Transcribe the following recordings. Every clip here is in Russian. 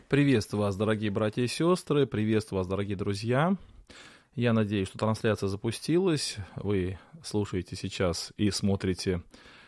Приветствую вас, дорогие братья и сестры, приветствую вас, дорогие друзья. Я надеюсь, что трансляция запустилась. Вы слушаете сейчас и смотрите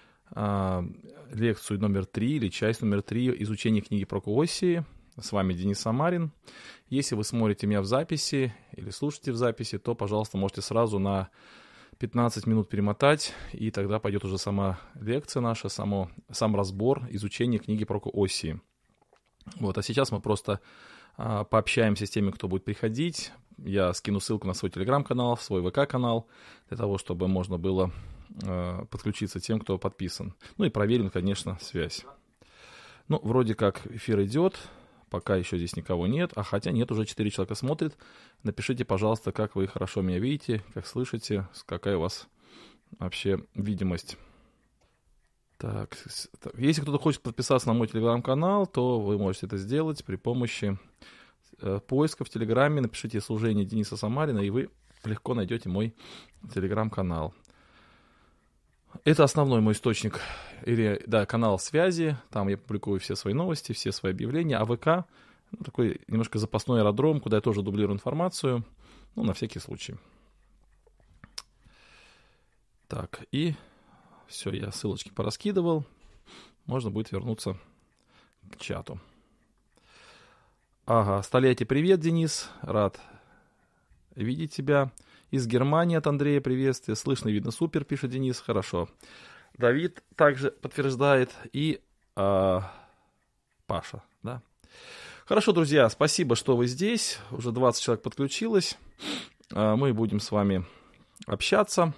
лекцию номер 3 или часть номер 3 изучения книги пророка Осии. С вами Денис Самарин. Если вы смотрите меня в записи или слушаете в записи, то, пожалуйста, можете сразу на 15 минут перемотать, и тогда пойдет уже сама лекция наша, сам разбор изучения книги пророка Осии. Вот, а сейчас мы просто пообщаемся с теми, кто будет приходить. Я скину ссылку на свой телеграм-канал, в свой ВК-канал, для того, чтобы можно было подключиться тем, кто подписан. Ну и проверим, конечно, связь. Ну, вроде как эфир идет, пока еще здесь никого нет, а хотя нет, уже 4 человека смотрят. Напишите, пожалуйста, как вы хорошо меня видите, как слышите, какая у вас вообще видимость. Так, если кто-то хочет подписаться на мой телеграм-канал, то вы можете это сделать при помощи поиска в Телеграме. Напишите «Служение Дениса Самарина», и вы легко найдете мой телеграм-канал. Это основной мой источник, или, канал связи. Там я публикую все свои новости, все свои объявления. А ВК — такой немножко запасной аэродром, куда я тоже дублирую информацию, на всякий случай. Так, и... Все, я ссылочки пораскидывал. Можно будет вернуться к чату. Ага, Столетие, привет, Денис. Рад видеть тебя. Из Германии от Андрея приветствие. Слышно, видно, супер, пишет Денис. Хорошо. Давид также подтверждает. И Паша, да. Хорошо, друзья, спасибо, что вы здесь. Уже 20 человек подключилось. Мы будем с вами общаться.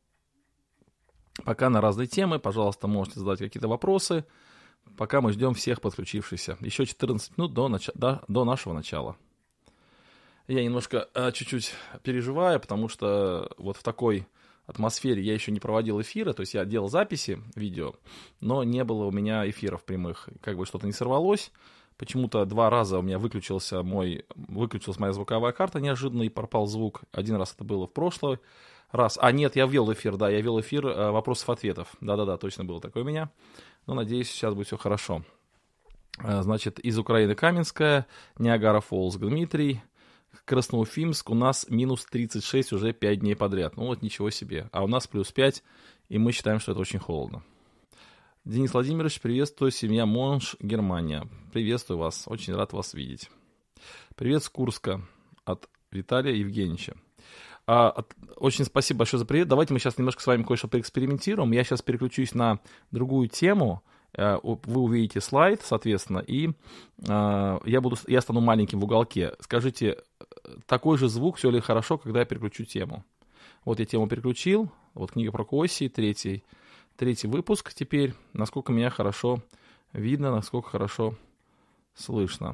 Пока на разные темы, пожалуйста, можете задать какие-то вопросы, пока мы ждем всех подключившихся. Еще 14 минут до нашего начала. Я немножко чуть-чуть переживаю, потому что вот в такой атмосфере я еще не проводил эфиры, то есть я делал записи видео, но не было у меня эфиров прямых, как бы что-то не сорвалось. Почему-то 2 раза у меня выключилась моя звуковая карта неожиданно и пропал звук. 1 раз это было в прошлый раз. Нет, я ввел эфир, вопросов-ответов. Да, точно было такое у меня. Но, надеюсь, сейчас будет все хорошо. Значит, из Украины Каменская, Ниагара Фоллс Дмитрий, Красноуфимск, у нас минус 36 уже 5 дней подряд. Ничего себе. А у нас плюс 5, и мы считаем, что это очень холодно. Денис Владимирович, приветствую, семья Монш, Германия. Приветствую вас, очень рад вас видеть. Привет с Курска от Виталия Евгеньевича. Очень спасибо большое за привет. Давайте мы сейчас немножко с вами кое-что поэкспериментируем. Я сейчас переключусь на другую тему. Вы увидите слайд, соответственно, и я стану маленьким в уголке. Скажите, такой же звук, все ли хорошо, когда я переключу тему? Вот я тему переключил. Вот книга пророка Осии, третий выпуск теперь. Насколько меня хорошо видно, насколько хорошо слышно.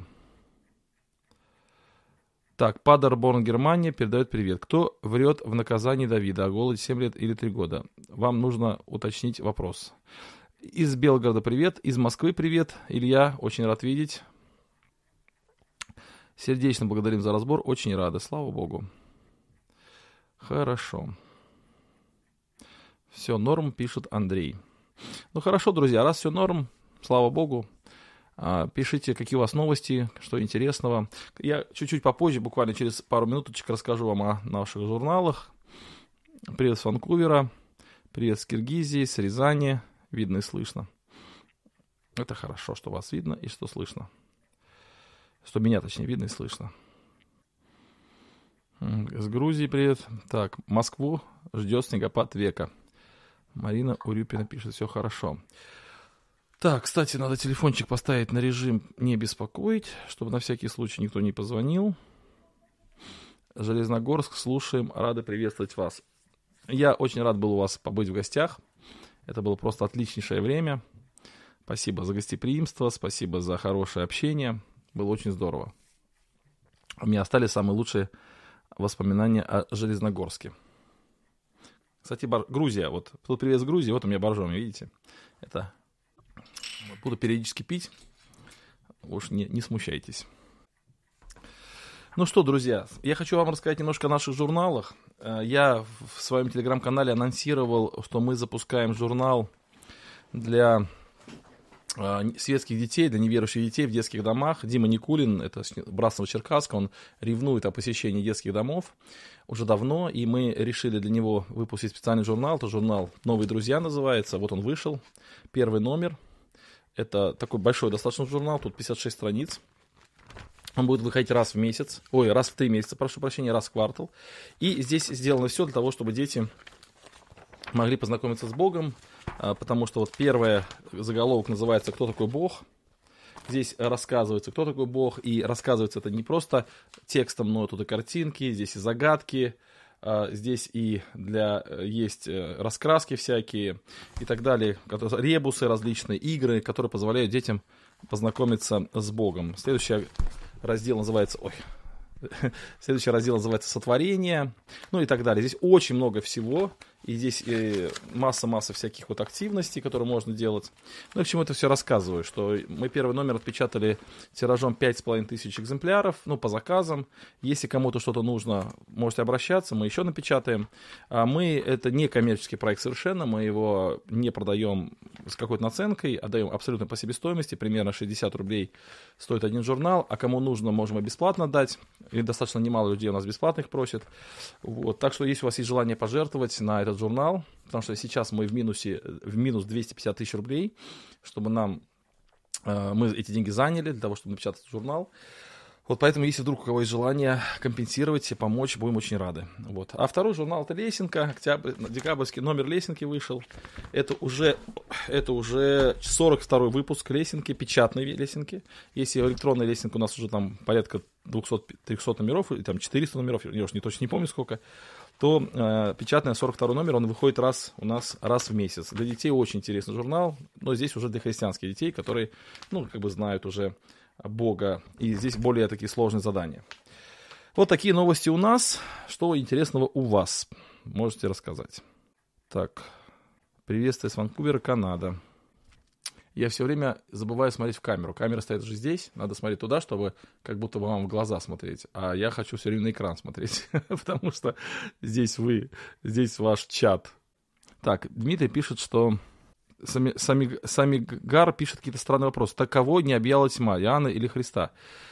Так, Падерборн, Германия, передает привет. Кто врет в наказании Давида о голоде 7 лет или 3 года? Вам нужно уточнить вопрос. Из Белгорода привет, из Москвы привет. Илья, очень рад видеть. Сердечно благодарим за разбор, очень рады, слава Богу. Хорошо. Все норм, пишет Андрей. Хорошо, друзья, раз все норм, слава Богу. Пишите, какие у вас новости, что интересного. Я чуть-чуть попозже, буквально через пару минуточек, расскажу вам о наших журналах. Привет с Ванкувера, привет с Киргизии, с Рязани. Видно и слышно. Это хорошо, что вас видно и что слышно. Что меня, точнее, видно и слышно. С Грузии привет. Так, Москву ждет снегопад века. Марина Урюпина пишет, все хорошо. Так, кстати, надо телефончик поставить на режим «не беспокоить», чтобы на всякий случай никто не позвонил. Железногорск, слушаем, рады приветствовать вас. Я очень рад был у вас побыть в гостях. Это было просто отличнейшее время. Спасибо за гостеприимство, спасибо за хорошее общение. Было очень здорово. У меня остались самые лучшие воспоминания о Железногорске. Кстати, Грузия, вот тут привет с Грузии, вот у меня боржоми, видите? Это... Буду периодически пить. Уж не смущайтесь. Ну что, друзья, я хочу вам рассказать немножко о наших журналах. Я в своем телеграм-канале анонсировал, что мы запускаем журнал для светских детей, для неверующих детей в детских домах. Дима Никулин, это братство Черкасска, он ревнует о посещении детских домов уже давно, и мы решили для него выпустить специальный журнал. Это журнал «Новые друзья» называется. Вот он вышел, первый номер. Это такой большой достаточно журнал, тут 56 страниц. Он будет выходить раз в 3 месяца, прошу прощения, раз в квартал. И здесь сделано все для того, чтобы дети могли познакомиться с Богом, потому что вот первый заголовок называется «Кто такой Бог?». Здесь рассказывается, кто такой Бог, и рассказывается это не просто текстом, но тут и картинки, здесь и загадки, здесь и есть раскраски всякие и так далее, ребусы различные, игры, которые позволяют детям познакомиться с Богом. Следующий раздел называется «Сотворение», ну и так далее. Здесь очень много всего, и здесь масса всяких вот активностей, которые можно делать. Ну и к чему это все рассказываю, что мы первый номер отпечатали тиражом 5500 экземпляров, ну по заказам. Если кому-то что-то нужно, можете обращаться, мы еще напечатаем. Это не коммерческий проект совершенно, мы его не продаем с какой-то наценкой, отдаем абсолютно по себестоимости, примерно 60 рублей стоит один журнал, а кому нужно, можем и бесплатно дать, и достаточно немало людей у нас бесплатно их просят. Вот. Так что если у вас есть желание пожертвовать на этот журнал, потому что сейчас мы в минус 250 тысяч рублей, чтобы мы эти деньги заняли для того, чтобы напечатать журнал. Вот поэтому, если вдруг у кого есть желание компенсировать и помочь, будем очень рады. Вот. А второй журнал — это «Лесенка», декабрьский номер «Лесенки» вышел. Это уже 42-й выпуск «Лесенки», печатной «Лесенки». Если электронная «Лесенка» у нас уже там порядка 200-300 номеров, или там 400 номеров, я уже точно не помню сколько, то печатный 42-й номер, он выходит у нас раз в месяц. Для детей очень интересный журнал, но здесь уже для христианских детей, которые, знают уже Бога, и здесь более такие сложные задания. Вот такие новости у нас. Что интересного у вас? Можете рассказать. Так, приветствие с Ванкувера, Канада. Я все время забываю смотреть в камеру. Камера стоит уже здесь, надо смотреть туда, чтобы как будто бы вам в глаза смотреть. А я хочу все время на экран смотреть, потому что здесь ваш чат. Так, Дмитрий пишет, что... Самигар пишет какие-то странные вопросы. Так кого не объяла тьма, Иоанна или Христа?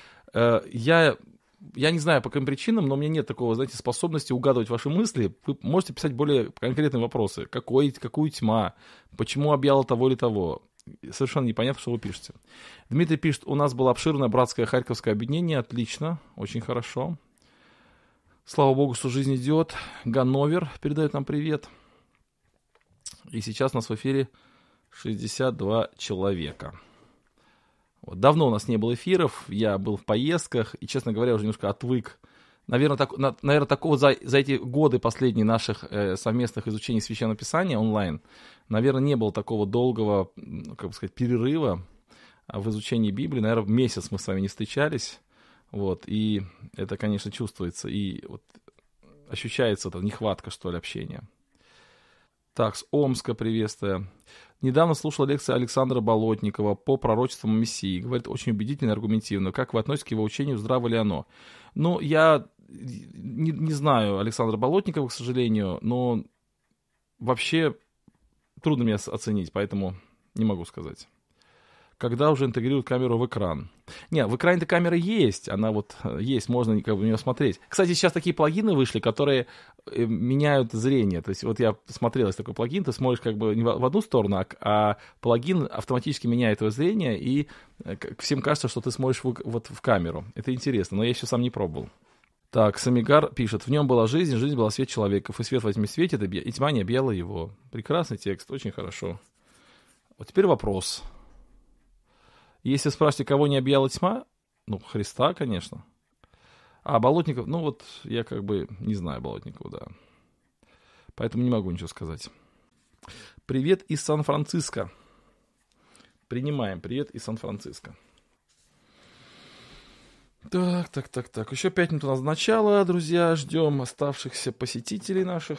Я не знаю, по каким причинам, но у меня нет такого, способности угадывать ваши мысли. Вы можете писать более конкретные вопросы. Какую тьма? Почему объяла того или того? Совершенно непонятно, что вы пишете. Дмитрий пишет, у нас было обширное братское харьковское объединение. Отлично, очень хорошо. Слава Богу, что жизнь идет. Ганновер передает нам привет. И сейчас у нас в эфире 62 человека. Вот. Давно у нас не было эфиров, я был в поездках, и, честно говоря, уже немножко отвык. Наверное, такого за эти годы последние наших совместных изучений Священного Писания онлайн, наверное, не было такого долгого, перерыва в изучении Библии. Наверное, месяц мы с вами не встречались. Вот, и это, конечно, чувствуется. И вот ощущается эта нехватка, что ли, общения. Так, с Омска приветствие. Недавно слушал лекцию Александра Болотникова по пророчествам о Мессии. Говорит, очень убедительно и аргументивно. Как вы относитесь к его учению, здраво ли оно? Ну, я не знаю Александра Болотникова, к сожалению, но вообще трудно мне оценить, поэтому не могу сказать. Когда уже интегрируют камеру в экран? Не, в экране-то камера есть, она вот есть, можно на нее смотреть. Кстати, сейчас такие плагины вышли, которые меняют зрение. То есть вот я смотрел, есть такой плагин, ты смотришь не в одну сторону, а плагин автоматически меняет твое зрение, и всем кажется, что ты смотришь вот в камеру. Это интересно, но я еще сам не пробовал. Так, Самигар пишет, в нем была жизнь была свет человеков, и свет в этим свете, и тьма не объяла его. Прекрасный текст, очень хорошо. Вот теперь вопрос. Если спрашиваете, кого не объяла тьма, Христа, конечно. А Болотников, я не знаю Болотникова, да. Поэтому не могу ничего сказать. Привет из Сан-Франциско. Принимаем привет из Сан-Франциско. Так. Еще 5 минут у нас до начала, друзья. Ждем оставшихся посетителей наших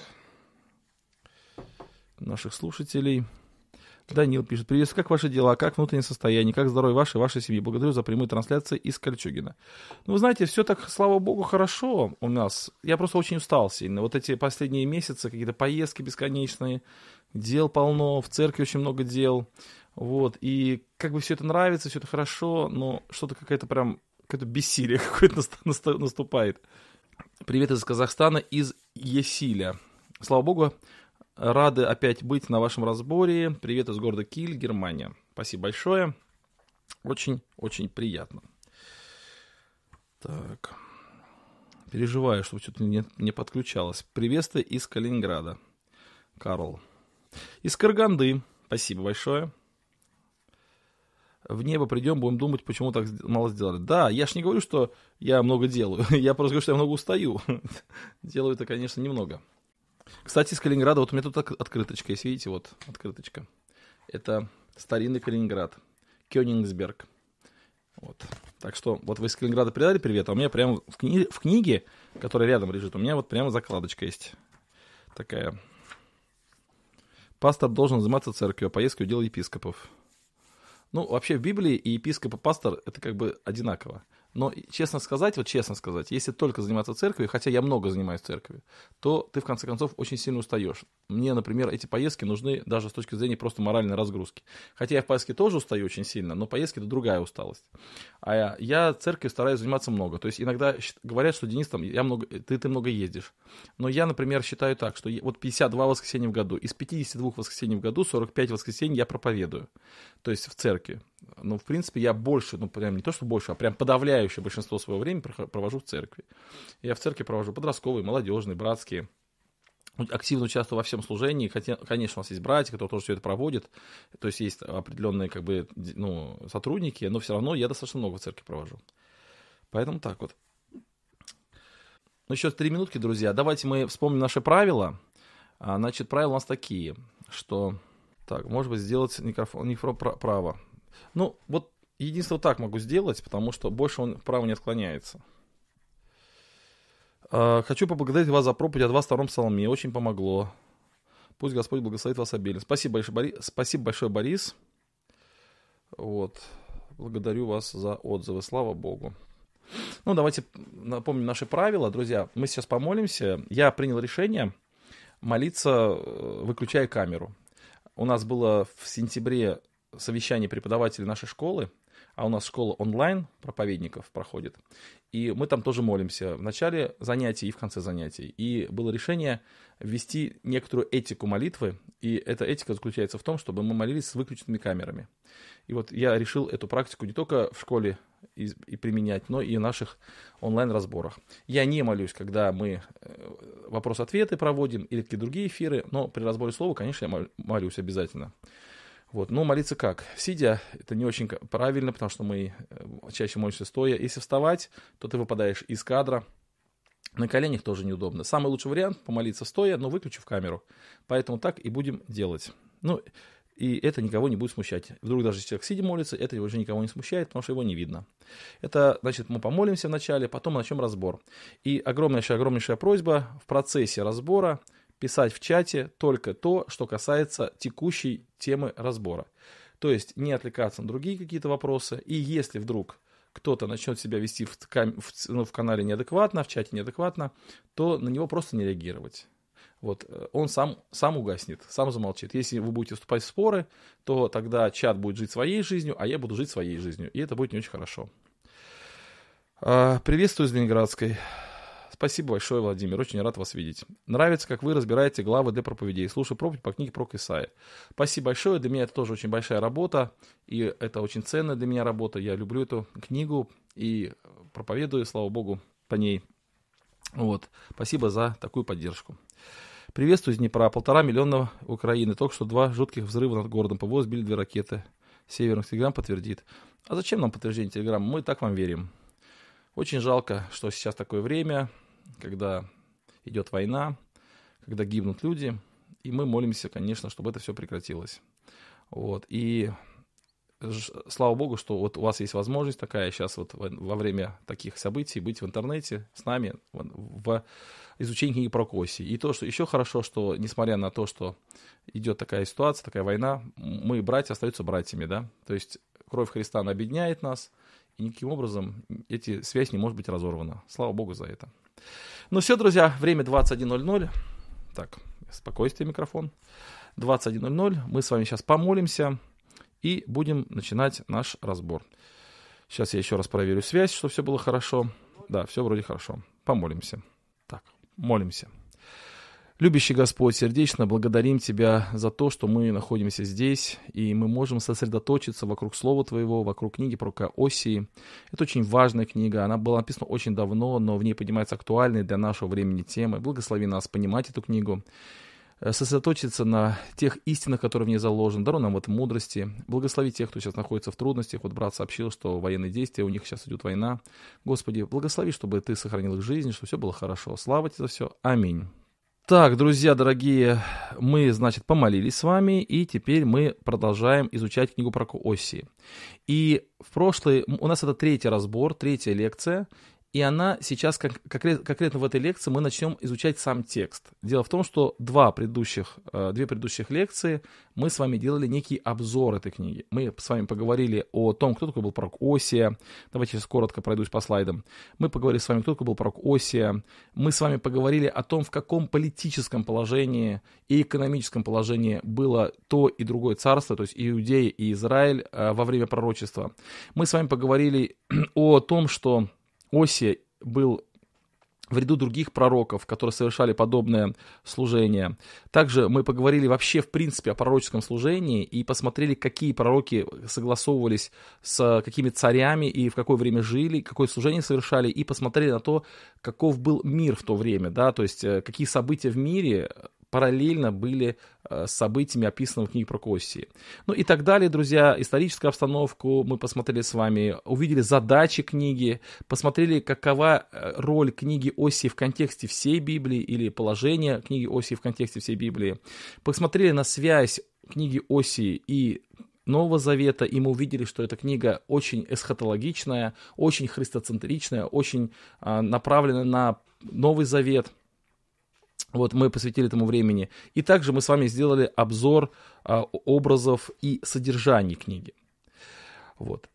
слушателей. Данил пишет, приветствую, как ваши дела, как внутреннее состояние, как здоровье ваше и вашей семьи. Благодарю за прямую трансляцию из Кольчугина. Вы знаете, все так, слава богу, хорошо у нас. Я просто очень устал сильно. Вот эти последние месяцы, какие-то поездки бесконечные, дел полно, в церкви очень много дел. Вот, и как бы все это нравится, все это хорошо, но что-то какое-то бессилие какое-то наступает. Привет из Казахстана, из Есиля. Слава богу, рады опять быть на вашем разборе. Привет из города Киль, Германия. Спасибо большое. Очень приятно. Так. Переживаю, чтобы что-то не подключалось. Приветствие из Калининграда. Карл. Из Караганды. Спасибо большое. В небо придем, будем думать, почему так мало сделали. Да, я ж не говорю, что я много делаю. Я просто говорю, что я много устаю. Делаю это, конечно, немного. Кстати, из Калининграда, вот у меня тут открыточка есть, видите, вот открыточка. Это старинный Калининград. Кёнигсберг. Вот. Так что, вот вы из Калининграда передали привет, а у меня прямо в книге, которая рядом лежит, у меня вот прямо закладочка есть. Такая. Пастор должен заниматься церковью, а поездки удел епископов. Ну, вообще в Библии и епископ, и пастор это как бы одинаково. Но, честно сказать, если только заниматься церковью, хотя я много занимаюсь церковью, то ты, в конце концов, очень сильно устаешь. Мне, например, эти поездки нужны даже с точки зрения просто моральной разгрузки. Хотя я в поездке тоже устаю очень сильно, но поездки — это другая усталость. А я церковью стараюсь заниматься много. То есть иногда говорят, что Денис, там, ты много ездишь. Но я, например, считаю так, что вот 52 воскресенья в году. Из 52 воскресений в году 45 воскресений я проповедую. То есть в церкви. Ну, в принципе, я больше, ну, прям не то, что больше, а прям подавляющее большинство своего времени провожу в церкви. Я в церкви провожу подростковые, молодежные, братские. Активно участвую во всем служении. Хотя, конечно, у нас есть братья, которые тоже все это проводят. То есть есть определенные, как бы, ну, сотрудники, но все равно я достаточно много в церкви провожу. Поэтому так вот. Ну, еще 3 минутки, друзья. Давайте мы вспомним наши правила. Значит, правила у нас такие, что... Так, может быть, сделать микрофон право. Ну, вот единственное, так могу сделать, потому что больше он вправо не отклоняется. Хочу поблагодарить вас за проповедь о 22-м псалме. Очень помогло. Пусть Господь благословит вас обильно. Спасибо большое, Борис. Вот. Благодарю вас за отзывы. Слава Богу. Ну, давайте напомним наши правила. Друзья, мы сейчас помолимся. Я принял решение молиться, выключая камеру. У нас было в сентябре совещание преподавателей нашей школы, а у нас школа онлайн проповедников проходит. И мы там тоже молимся в начале занятий и в конце занятий. И было решение ввести некоторую этику молитвы. И эта этика заключается в том, чтобы мы молились с выключенными камерами. И вот я решил эту практику не только в школе и применять, но и в наших онлайн-разборах. Я не молюсь, когда мы вопрос-ответы проводим или какие-то другие эфиры, но при разборе слова, конечно, я молюсь обязательно. Вот. Но молиться как? Сидя, это не очень правильно, потому что мы чаще молимся стоя. Если вставать, то ты выпадаешь из кадра. На коленях тоже неудобно. Самый лучший вариант — помолиться стоя, но выключив камеру. Поэтому так и будем делать. Ну, и это никого не будет смущать. Вдруг даже если человек сидя молится, это уже никого не смущает, потому что его не видно. Это, значит, мы помолимся вначале, потом начнем разбор. И огромнейшая просьба в процессе разбора писать в чате только то, что касается текущей темы разбора. То есть не отвлекаться на другие какие-то вопросы. И если вдруг кто-то начнет себя вести в канале неадекватно, в чате неадекватно, то на него просто не реагировать. Вот, он сам угаснет, сам замолчит. Если вы будете вступать в споры, то тогда чат будет жить своей жизнью, а я буду жить своей жизнью. И это будет не очень хорошо. Приветствую из Ленинградской. Спасибо большое, Владимир, очень рад вас видеть. Нравится, как вы разбираете главы для проповедей. Слушаю проповедь по книге про Исаия. Спасибо большое, для меня это тоже очень большая работа, и это очень ценная для меня работа. Я люблю эту книгу и проповедую, слава Богу, по ней. Вот. Спасибо за такую поддержку. Приветствую из Днепра. 1,5 миллиона Украины. Только что 2 жутких взрыва над городом ПВО сбили 2 ракеты. Северных. Телеграм подтвердит. А зачем нам подтверждение Телеграма? Мы так вам верим. Очень жалко, что сейчас такое время, когда идет война, когда гибнут люди. И мы молимся, конечно, чтобы это все прекратилось. Вот. И слава Богу, что вот у вас есть возможность такая сейчас вот во время таких событий быть в интернете с нами в изучении книги про Коси. И то, что еще хорошо, что несмотря на то, что идет такая ситуация, такая война, мы, братья, остаются братьями, да. То есть кровь Христа, она объединяет нас, и никаким образом эти связь не может быть разорвана. Слава Богу за это. Ну все, друзья, время 21:00. Так, спокойствие, микрофон. 21:00. Мы с вами сейчас помолимся. и будем начинать наш разбор. Сейчас я еще раз проверю связь, чтобы все было хорошо. Да, все вроде хорошо. Помолимся. Так, молимся. Любящий Господь, сердечно благодарим Тебя за то, что мы находимся здесь, и мы можем сосредоточиться вокруг Слова Твоего, вокруг книги пророка Осии. Это очень важная книга, она была написана очень давно, но в ней поднимаются актуальные для нашего времени темы. Благослови нас понимать эту книгу, сосредоточиться на тех истинах, которые в ней заложены. Даруй нам в этом мудрости. Благослови тех, кто сейчас находится в трудностях. Вот брат сообщил, что военные действия, у них сейчас идет война. Господи, благослови, чтобы Ты сохранил их жизнь, чтобы все было хорошо. Слава Тебе за все. Аминь. Так, друзья дорогие, мы, значит, помолились с вами, и теперь мы продолжаем изучать книгу пророка Осии. И у нас это третий разбор, третья лекция, и она сейчас, конкретно в этой лекции, мы начнем изучать сам текст. Дело в том, что две предыдущих лекции мы с вами делали некий обзор этой книги. Мы с вами поговорили о том, кто такой был пророк Осия. Давайте сейчас коротко пройдусь по слайдам. Мы поговорили с вами, кто такой был пророк Осия. Мы с вами поговорили о том, в каком политическом положении и экономическом положении было то и другое царство, то есть Иудея и Израиль во время пророчества. Мы с вами поговорили о том, что Осия был в ряду других пророков, которые совершали подобное служение. Также мы поговорили вообще в принципе о пророческом служении и посмотрели, какие пророки согласовывались с какими царями и в какое время жили, какое служение совершали, и посмотрели на то, каков был мир в то время, да, то есть какие события в мире параллельно были с событиями, описанными в книге пророка Осии. Ну и так далее, друзья. Историческую обстановку мы посмотрели с вами, увидели задачи книги, посмотрели, какова роль книги Осии в контексте всей Библии или положение книги Осии в контексте всей Библии. Посмотрели на связь книги Осии и Нового Завета, и мы увидели, что эта книга очень эсхатологичная, очень христоцентричная, очень направлена на Новый Завет. Вот мы посвятили этому времени. И также мы с вами сделали обзор образов и содержаний книги. Вот.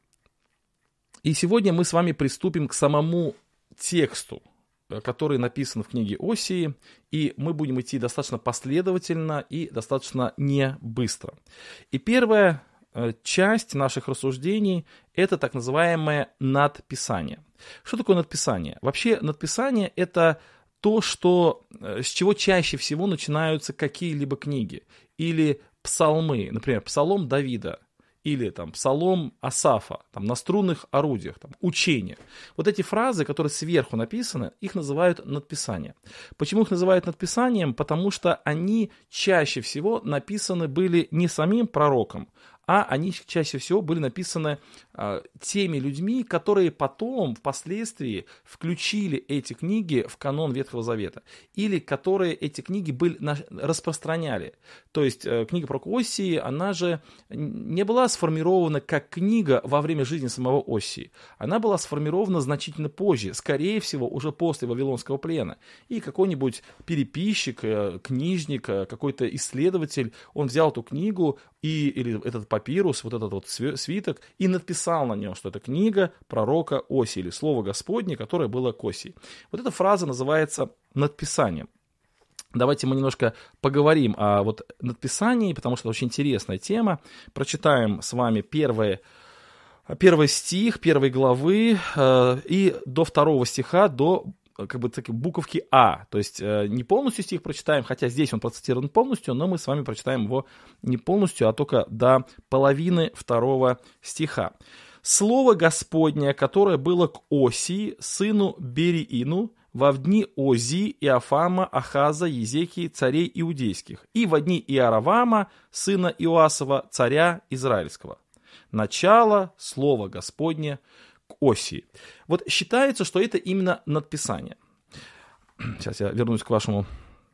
И сегодня мы с вами приступим к самому тексту, который написан в книге Осии, и мы будем идти достаточно последовательно и достаточно не быстро. И первая часть наших рассуждений – это так называемое надписание. Что такое надписание? Вообще надписание – это то, с чего чаще всего начинаются какие-либо книги или псалмы, например, псалом Давида или там псалом Асафа, там на струнных орудиях, там учение. Вот эти фразы, которые сверху написаны, их называют надписанием. Почему их называют надписанием? Потому что они чаще всего написаны были не самим пророком, а они чаще всего были написаны теми людьми, которые потом, впоследствии, включили эти книги в канон Ветхого Завета, или которые эти книги распространяли. То есть книга пророка Осии, она же не была сформирована как книга во время жизни самого Осии. Она была сформирована значительно позже, скорее всего, уже после Вавилонского плена. И какой-нибудь переписчик, книжник, какой-то исследователь, он взял эту книгу или этот папирус, вот этот вот свиток, и написал на нем, что это книга пророка Осии, или Слово Господне, которое было к Осии. Вот эта фраза называется надписанием. Давайте мы немножко поговорим о вот надписании, потому что это очень интересная тема. Прочитаем с вами первый стих первой главы и до 2 стиха, до буковки А. То есть не полностью стих прочитаем, хотя здесь он процитирован полностью, но мы с вами прочитаем его не полностью, а только до половины 2 стиха. «Слово Господне, которое было к Осии, сыну Бериину, во дни Озии, Иофама, Ахаза, Езекии, царей иудейских, и во дни Иоравама, сына Иоасова, царя израильского. Начало слова Господне к Осии». Вот считается, что это именно надписание. Сейчас я вернусь к вашему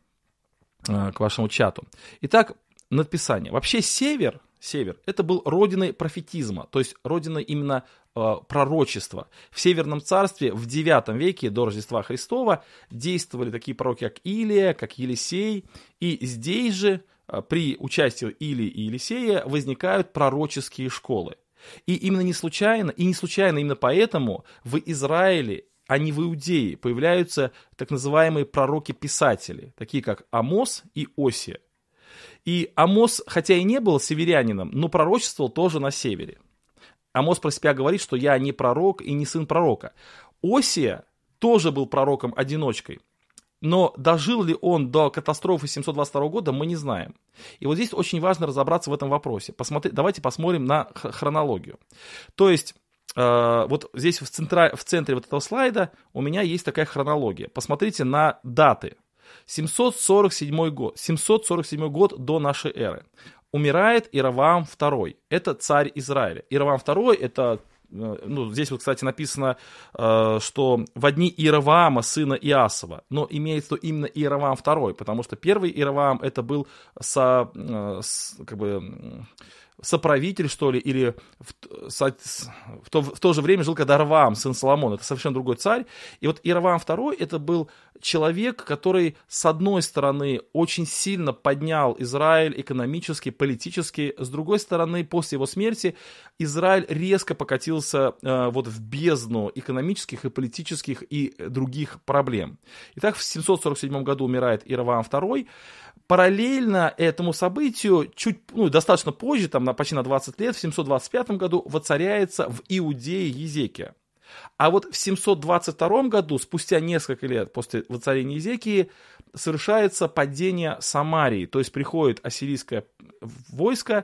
чату. Итак, надписание. Вообще север это был родиной профетизма, то есть родиной именно пророчества. В Северном царстве в IX веке до Рождества Христова действовали такие пророки, как Илия, как Елисей, и здесь же при участии Илии и Елисея возникают пророческие школы. И именно не случайно именно поэтому в Израиле, а не в Иудее, появляются так называемые пророки-писатели, такие как Амос и Осия. И Амос, хотя и не был северянином, но пророчествовал тоже на севере. Амос про себя говорит, что я не пророк и не сын пророка. Осия тоже был пророком-одиночкой. Но дожил ли он до катастрофы 722 года, мы не знаем. И вот здесь очень важно разобраться в этом вопросе. Давайте посмотрим на хронологию. То есть, вот здесь в центре вот этого слайда у меня есть такая хронология. Посмотрите на даты. 747 год до нашей эры. Умирает Иеровоам II. Это царь Израиля. Иеровоам II это... здесь вот, кстати, написано, что в дни Иеровоама, сына Иасова, но имеется в виду именно Иеровоам II, потому что первый Иеровоам это был соправитель, что ли, или в то же время жил, когда Ровоам, сын Соломона, это совершенно другой царь. И вот Иеровоам II это был человек, который, с одной стороны, очень сильно поднял Израиль экономически, политически, с другой стороны, после его смерти Израиль резко покатился вот в бездну экономических и политических и других проблем. Итак, в 747 году умирает Иеровоам II. Параллельно этому событию, достаточно позже, почти на 20 лет, в 725 году воцаряется в Иудее Езекия. А вот в 722 году, спустя несколько лет после воцарения Езекии, совершается падение Самарии, то есть приходит ассирийское войско,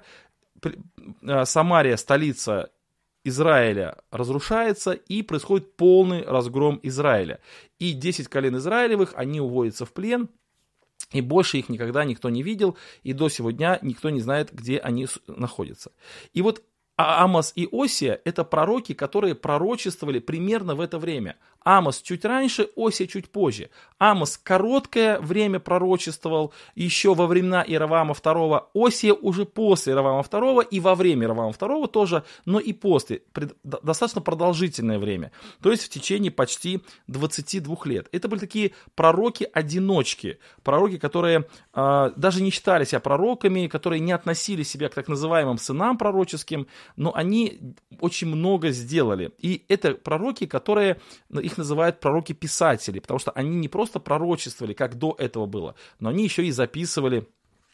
Самария, столица Израиля, разрушается, и происходит полный разгром Израиля. И 10 колен Израилевых, они уводятся в плен, и больше их никогда никто не видел, и до сего дня никто не знает, где они находятся. И вот Амос и Осия – это пророки, которые пророчествовали примерно в это время. Амос чуть раньше, Осия чуть позже. Амос короткое время пророчествовал, еще во времена Иеровоама II, Осия уже после Иеровоама II и во время Иеровоама II тоже, но и после, достаточно продолжительное время, то есть в течение почти 22 лет. Это были такие пророки-одиночки, пророки, которые даже не считали себя пророками, которые не относили себя к так называемым сынам пророческим, но они очень много сделали. И это пророки, которые, их называют пророки-писатели, потому что они не просто пророчествовали, как до этого было, но они еще и записывали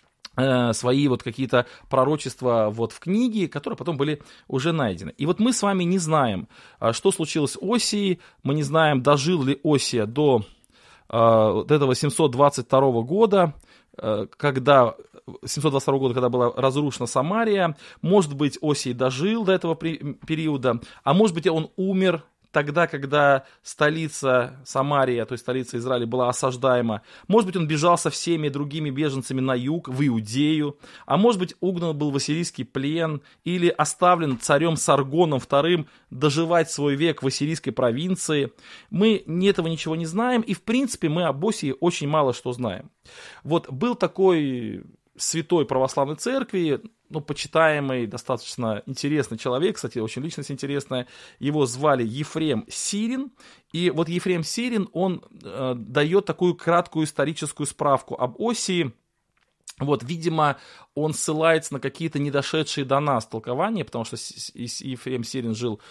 свои вот какие-то пророчества вот в книге, которые потом были уже найдены. И вот мы с вами не знаем, что случилось с Осией, мы не знаем, дожил ли Осия до вот этого 722 года, когда 722 года, когда была разрушена Самария. Может быть, Осий дожил до этого периода, а может быть, он умер тогда, когда столица Самария, то есть столица Израиля, была осаждаема. Может быть, он бежал со всеми другими беженцами на юг, в Иудею. А может быть, угнан был в ассирийский плен или оставлен царем Саргоном II доживать свой век в ассирийской провинции. Мы этого ничего не знаем, и в принципе мы об Осии очень мало что знаем. Вот был такой святой православной церкви, почитаемый, достаточно интересный человек, кстати, очень личность интересная, его звали Ефрем Сирин, и вот Ефрем Сирин, он дает такую краткую историческую справку об Осии. Вот, видимо, он ссылается на какие-то недошедшие до нас толкования, потому что Ефрем Сирин жил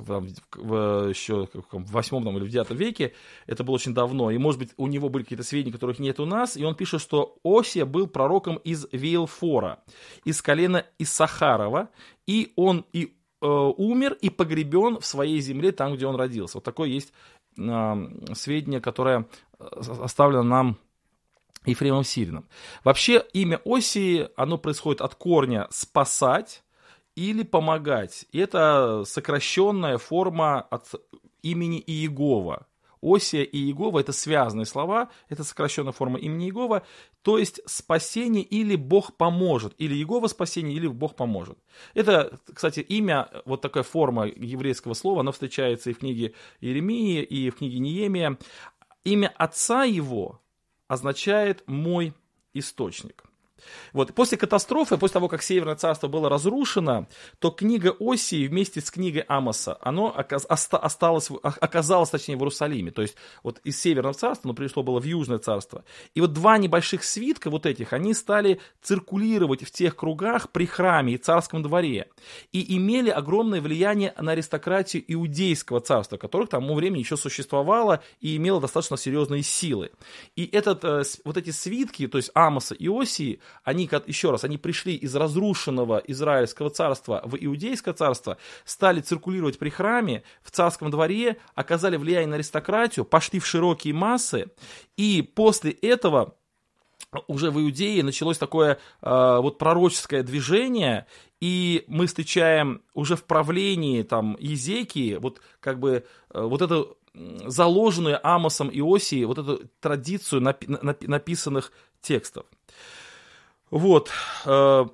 еще в 8 или в 9 веке, это было очень давно, и, может быть, у него были какие-то сведения, которых нет у нас, и он пишет, что Осия был пророком из Вейлфора, из колена Иссахарова, и он умер и погребен в своей земле, там, где он родился. Вот такое есть сведение, которое оставлено нам Ефремом Сирином. Вообще имя Осии, оно происходит от корня «спасать» или «помогать». И это сокращенная форма от имени Иегова. Осия и Иегова – это связанные слова, это сокращенная форма имени Иегова, то есть спасение или Бог поможет, или Иегова спасение, или Бог поможет. Это, кстати, имя, вот такая форма еврейского слова, она встречается и в книге Иеремии, и в книге Неемия. Имя отца его означает «мой источник». Вот. После катастрофы, после того, как Северное царство было разрушено, то книга Осии вместе с книгой Амоса, оно оказалось в Иерусалиме. То есть вот из Северного царства оно пришло было в Южное царство. И вот два небольших свитка вот этих, они стали циркулировать в тех кругах при храме и царском дворе. И имели огромное влияние на аристократию Иудейского царства, которое к тому времени еще существовало и имело достаточно серьезные силы. И вот эти свитки, то есть Амоса и Осии, они, еще раз, они пришли из разрушенного Израильского царства в Иудейское царство, стали циркулировать при храме, в царском дворе, оказали влияние на аристократию, пошли в широкие массы, и после этого уже в Иудее началось такое вот пророческое движение, и мы встречаем уже в правлении там Иезекии вот как бы вот эту заложенную Амосом и Осией вот эту традицию написанных текстов. Вот. Ну,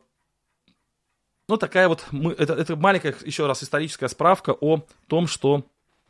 такая вот, это маленькая, еще раз, историческая справка о том, что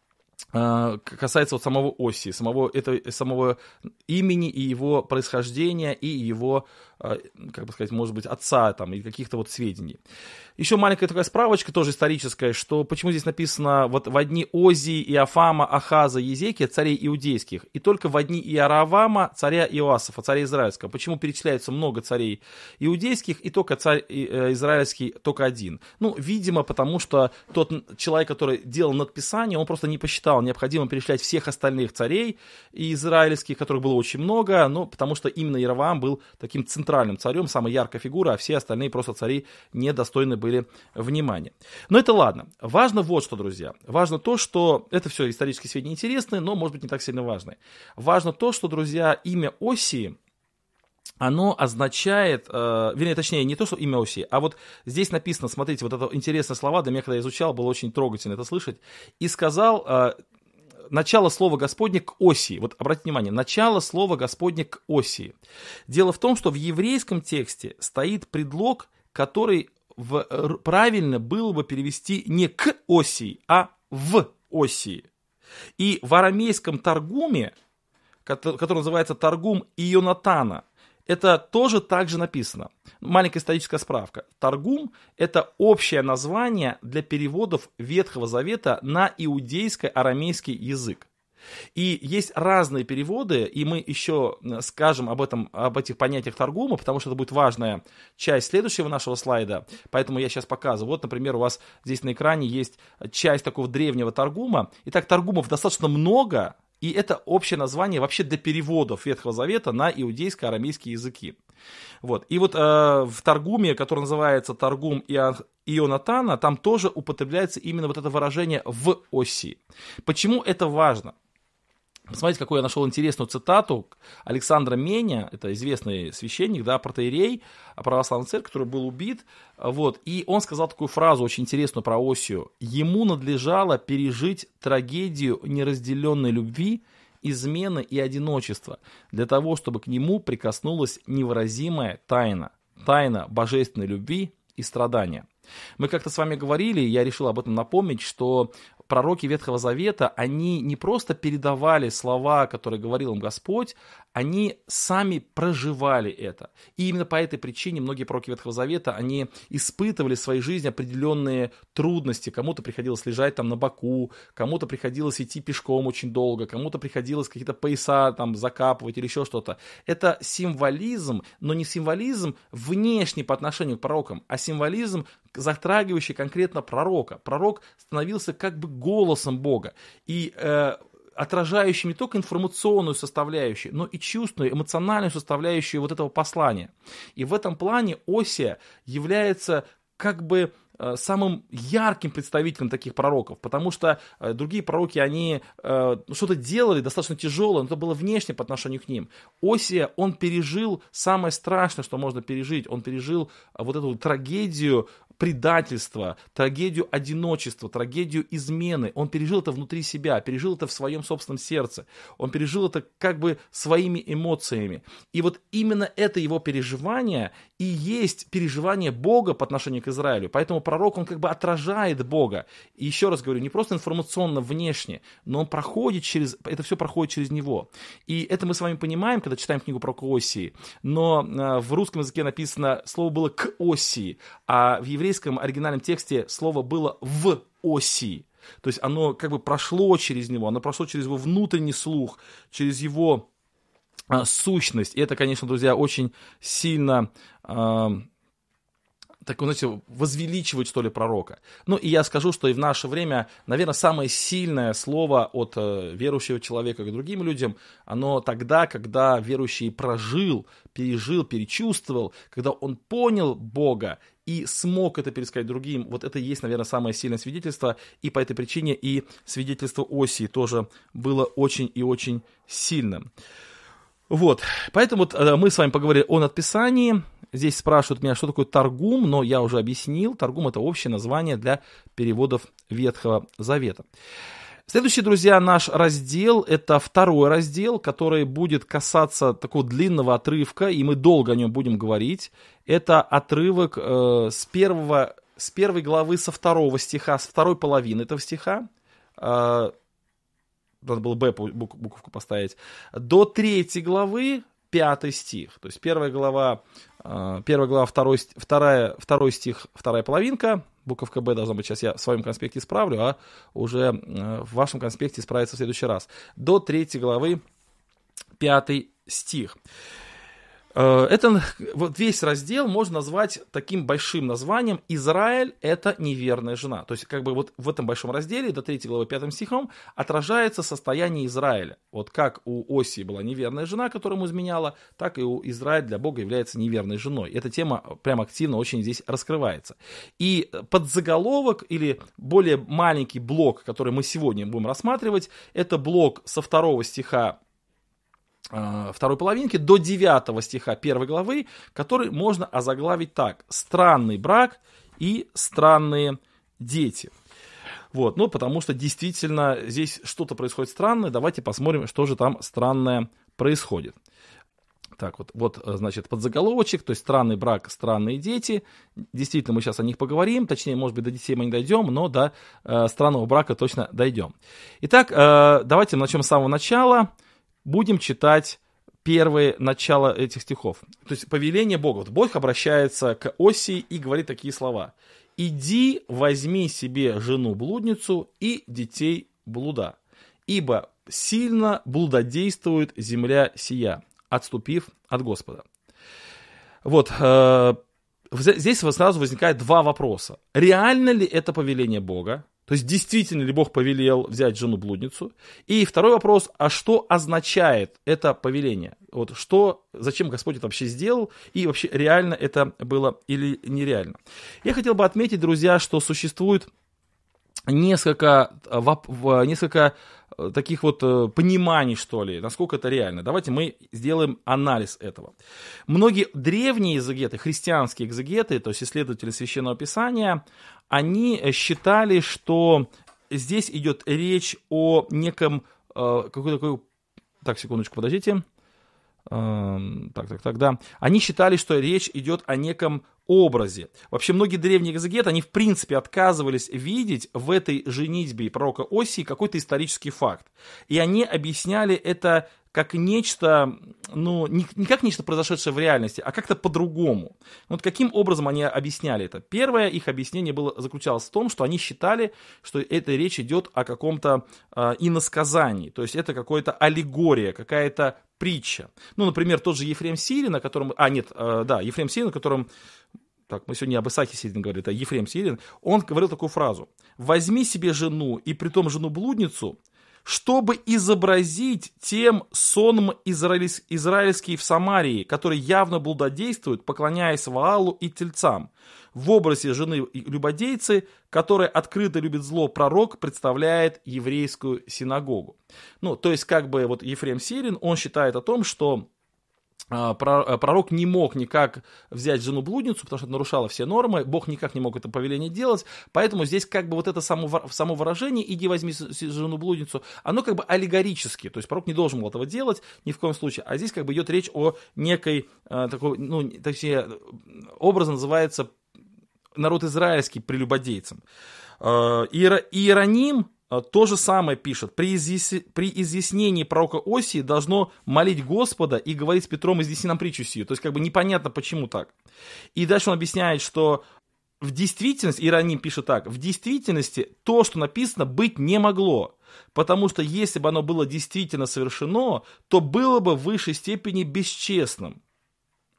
касается вот самого Осии, самого имени и его происхождения, и его, как бы сказать, может быть, отца там, и каких-то вот сведений. Еще маленькая такая справочка, тоже историческая, что почему здесь написано вот в дни Озии, Иофама, Ахаза, Езекия, царей иудейских, и только в дни Иоравама, царя Иоасафа, царя израильского. Почему перечисляется много царей иудейских, и только царь израильский только один? Ну, видимо, потому что тот человек, который делал надписание, он просто не посчитал необходимо перечислять всех остальных царей израильских, которых было очень много, но потому что именно Иераваам был таким центральным царем, самая яркая фигура, а все остальные просто цари недостойны были внимания. Но это ладно. Важно вот что, друзья. Важно то, что... Это все исторические сведения интересные, но, может быть, не так сильно важные. Важно то, что, друзья, имя Осии, оно означает, вернее, точнее, не то, что имя Осии, а вот здесь написано, смотрите, вот это интересные слова, для меня, когда я изучал, было очень трогательно это слышать, и сказал... Начало слова Господне к Осии. Вот обратите внимание, начало слова Господне к Осии. Дело в том, что в еврейском тексте стоит предлог, который правильно было бы перевести не к Осии, а в Осии. И в арамейском Таргуме, который называется Таргум Ионатана, это тоже так же написано. Маленькая историческая справка. Таргум – это общее название для переводов Ветхого Завета на иудейско-арамейский язык. И есть разные переводы, и мы еще скажем об этих понятиях Таргума, потому что это будет важная часть следующего нашего слайда, поэтому я сейчас показываю. Вот, например, у вас здесь на экране есть часть такого древнего Таргума. Итак, Таргумов достаточно много, и это общее название вообще для переводов Ветхого Завета на иудейско-арамейские языки. Вот. И вот в Таргуме, который называется Таргум Ионатана, там тоже употребляется именно вот это выражение «в Осии». Почему это важно? Посмотрите, какую я нашел интересную цитату Александра Меня, это известный священник, да, протоиерей православной церкви, который был убит, вот, и он сказал такую фразу очень интересную про Осию. Ему надлежало пережить трагедию неразделенной любви, измены и одиночества, для того, чтобы к нему прикоснулась невыразимая тайна божественной любви и страдания. Мы как-то с вами говорили, я решил об этом напомнить, что пророки Ветхого Завета, они не просто передавали слова, которые говорил им Господь, они сами проживали это. И именно по этой причине многие пророки Ветхого Завета, они испытывали в своей жизни определенные трудности. Кому-то приходилось лежать там на боку, кому-то приходилось идти пешком очень долго, кому-то приходилось какие-то пояса там закапывать или еще что-то. Это символизм, но не символизм внешний по отношению к пророкам, а символизм, затрагивающий конкретно пророка. Пророк становился как бы голосом Бога и отражающим не только информационную составляющую, но и чувственную, эмоциональную составляющую вот этого послания. И в этом плане Осия является как бы самым ярким представителем таких пророков, потому что другие пророки, они что-то делали достаточно тяжелое, но это было внешне по отношению к ним. Осия, он пережил самое страшное, что можно пережить, он пережил вот эту трагедию предательства, трагедию одиночества, трагедию измены. Он пережил это внутри себя, пережил это в своем собственном сердце. Он пережил это как бы своими эмоциями. И вот именно это его переживание и есть переживание Бога по отношению к Израилю. Поэтому пророк, он как бы отражает Бога. И еще раз говорю, не просто информационно внешне, но он проходит через, это все проходит через него. И это мы с вами понимаем, когда читаем книгу про Осии. Но в русском языке написано, слово было к Осии, а в еврейском оригинальном тексте слово было в Осии. То есть оно как бы прошло через него, оно прошло через его внутренний слух, через его сущность. И это, конечно, друзья, очень сильно так, знаете, возвеличивать, что ли, пророка. Ну, и я скажу, что и в наше время, наверное, самое сильное слово от верующего человека к другим людям, оно тогда, когда верующий прожил, пережил, перечувствовал, когда он понял Бога и смог это пересказать другим. Вот это и есть, наверное, самое сильное свидетельство, и по этой причине и свидетельство Осии тоже было очень и очень сильным. Вот, поэтому вот мы с вами поговорили о надписании. Здесь спрашивают меня, что такое Таргум, но я уже объяснил. Таргум — это общее название для переводов Ветхого Завета. Следующий, друзья, наш раздел — это второй раздел, который будет касаться такого длинного отрывка, и мы долго о нем будем говорить. Это отрывок с первой главы, со второго стиха, с второй половины этого стиха. Надо было Б буковку поставить, до 3 главы, 5 стих. То есть первая глава, второй стих, вторая половинка, буковка Б должна быть, сейчас я в своем конспекте исправлю, а уже в вашем конспекте исправится в следующий раз. До 3 главы, 5 стих. Это, вот весь раздел можно назвать таким большим названием «Израиль – это неверная жена». То есть, как бы вот в этом большом разделе, до 3 главы 5 стихом, отражается состояние Израиля. Вот как у Осии была неверная жена, которая ему изменяла, так и у Израиля для Бога является неверной женой. Эта тема прям активно очень здесь раскрывается. И подзаголовок или более маленький блок, который мы сегодня будем рассматривать, это блок со 2 стиха второй половинки до 9 стиха 1 главы, который можно озаглавить так: «Странный брак и странные дети». Вот, ну, потому что действительно здесь что-то происходит странное. Давайте посмотрим, что же там странное происходит. Так, вот, значит, подзаголовочек, то есть странный брак, странные дети. Действительно, мы сейчас о них поговорим, точнее, может быть, до детей мы не дойдем, но до странного брака точно дойдем. Итак, давайте начнем с самого начала. Будем читать первые начала этих стихов. То есть повеление Бога. Вот Бог обращается к Осии и говорит такие слова: «Иди, возьми себе жену-блудницу и детей блуда, ибо сильно блудодействует земля сия, отступив от Господа». Вот, здесь сразу возникает два вопроса. Реально ли это повеление Бога? То есть, действительно ли Бог повелел взять жену-блудницу? И второй вопрос, а что означает это повеление? Вот зачем Господь это вообще сделал? И вообще, реально это было или нереально? Я хотел бы отметить, друзья, что существует несколько таких вот пониманий, что ли, насколько это реально. Давайте мы сделаем анализ этого. Многие древние экзегеты, христианские экзегеты, то есть исследователи Священного Писания, они считали, что здесь идет речь о неком какой-то... Так, секундочку, подождите. Да. Они считали, что речь идет о неком образе. Вообще, многие древние экзегеты, они в принципе отказывались видеть в этой женитьбе пророка Осии какой-то исторический факт. И они объясняли это как нечто, не как нечто, произошедшее в реальности, а как-то по-другому. Вот каким образом они объясняли это? Первое их объяснение заключалось в том, что они считали, что это речь идет о каком-то иносказании, то есть это какая-то аллегория, какая-то притча. Например, тот же Ефрем Сирин, о котором... Ефрем Сирин, о котором... Так, мы сегодня об Исааке Сирин говорили, это Ефрем Сирин. Он говорил такую фразу: «Возьми себе жену, и притом жену-блудницу, чтобы изобразить тем сонм израильский в Самарии, который явно блудодействует, поклоняясь Ваалу и тельцам. В образе жены любодейцы, которая открыто любит зло, пророк представляет еврейскую синагогу». То есть, вот Ефрем Сирин, он считает о том, что пророк не мог никак взять жену-блудницу, потому что это нарушало все нормы, Бог никак не мог это повеление делать, поэтому здесь вот это само выражение «иди возьми жену-блудницу», оно аллегорически, то есть пророк не должен был этого делать ни в коем случае, а здесь идет речь о некой, точнее, образ называется «народ израильский прелюбодейцам». Иероним то же самое пишет: при изъяснении пророка Осии должно молить Господа и говорить с Петром: изъясни нам притчу сию. То есть непонятно, почему так. И дальше он объясняет, что в действительности, Иероним пишет так: в действительности то, что написано, быть не могло, потому что если бы оно было действительно совершено, то было бы в высшей степени бесчестным.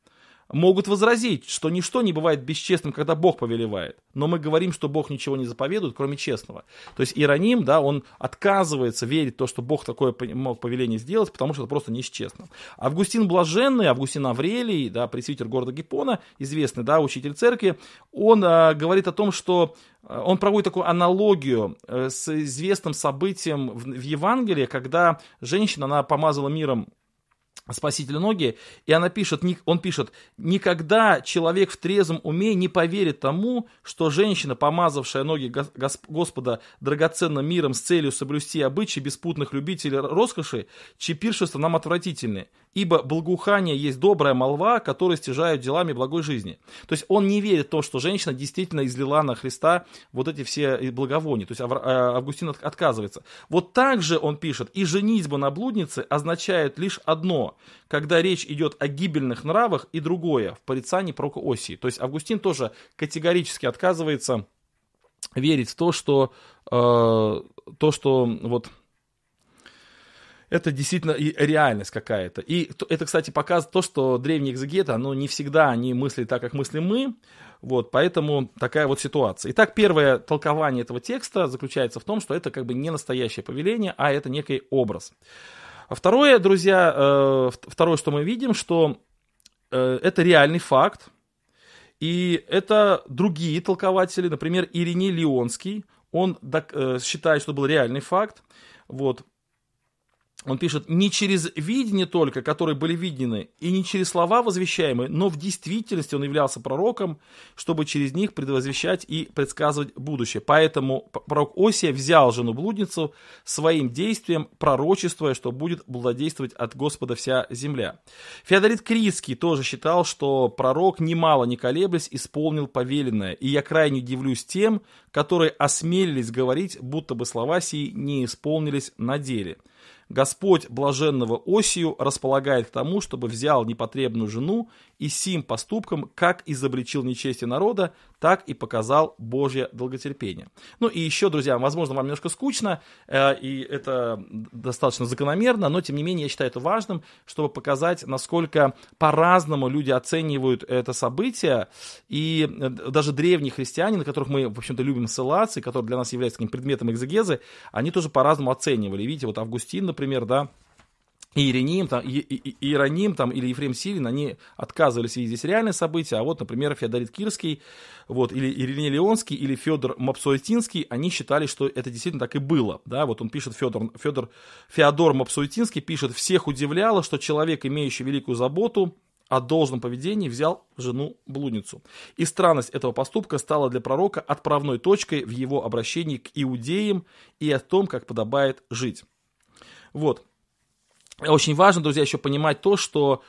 могут возразить, что ничто не бывает бесчестным, когда Бог повелевает. Но мы говорим, что Бог ничего не заповедует, кроме честного. То есть Иероним, да, он отказывается верить в то, что Бог такое мог повеление сделать, потому что это просто нечестно. Августин Блаженный, Августин Аврелий, да, пресвитер города Гиппона, известный, да, учитель церкви, он говорит о том, что он проводит такую аналогию с известным событием в Евангелии, когда женщина, она помазала миром Спасителю ноги, и он пишет, никогда человек в трезвом уме не поверит тому, что женщина, помазавшая ноги Господа драгоценным миром с целью соблюсти обычаи беспутных любителей роскоши, чьи пиршества нам отвратительны, ибо благоухание есть добрая молва, которая стяжают делами благой жизни. То есть он не верит в то, что женщина действительно излила на Христа вот эти все благовония. То есть Августин отказывается. Вот так же он пишет, и женитьба на блуднице означает лишь одно, когда речь идет о гибельных нравах, и другое, в порицании пророка Осии. То есть Августин тоже категорически отказывается верить в то, что вот это действительно и реальность какая-то. И это, кстати, показывает то, что древние экзегеты, не всегда они мыслят так, как мыслим мы. Вот, поэтому такая вот ситуация. Итак, первое толкование этого текста заключается в том, что это как бы не настоящее повеление, а это некий образ. Второе, друзья, что мы видим, что это реальный факт, и это другие толкователи, например, Ириней Лионский, он считает, что был реальный факт, вот. Он пишет, не через видение только, которые были видены, и не через слова возвещаемые, но в действительности он являлся пророком, чтобы через них предвозвещать и предсказывать будущее. Поэтому пророк Осия взял жену-блудницу своим действием, пророчествуя, что будет блудодействовать от Господа вся земля. Феодорит Критский тоже считал, что пророк, немало не колеблясь, исполнил повеленное, и я крайне удивлюсь тем, которые осмелились говорить, будто бы слова сии не исполнились на деле. Господь блаженного Осию располагает к тому, чтобы взял непотребную жену и сим поступком как изобличил нечестие народа, так и показал Божье долготерпение. Ну и еще, друзья, возможно, вам немножко скучно, и это достаточно закономерно, но тем не менее я считаю это важным, чтобы показать, насколько по-разному люди оценивают это событие, и даже древние христиане, на которых мы, в общем-то, любим ссылаться, и которые для нас являются таким предметом экзегезы, они тоже по-разному оценивали. Видите, вот Августин, например, да, и Иероним или Ефрем Сирин, они отказывались видеть здесь реальные события, а вот, например, Феодорит Кирский, вот, или Ириней Лионский, или Федор Мапсуэтинский, они считали, что это действительно так и было. Да? Вот он пишет, Феодор Мапсуэтинский пишет, всех удивляло, что человек, имеющий великую заботу о должном поведении, взял жену-блудницу. И странность этого поступка стала для пророка отправной точкой в его обращении к иудеям и о том, как подобает жить. Вот. Очень важно, друзья, еще понимать то, что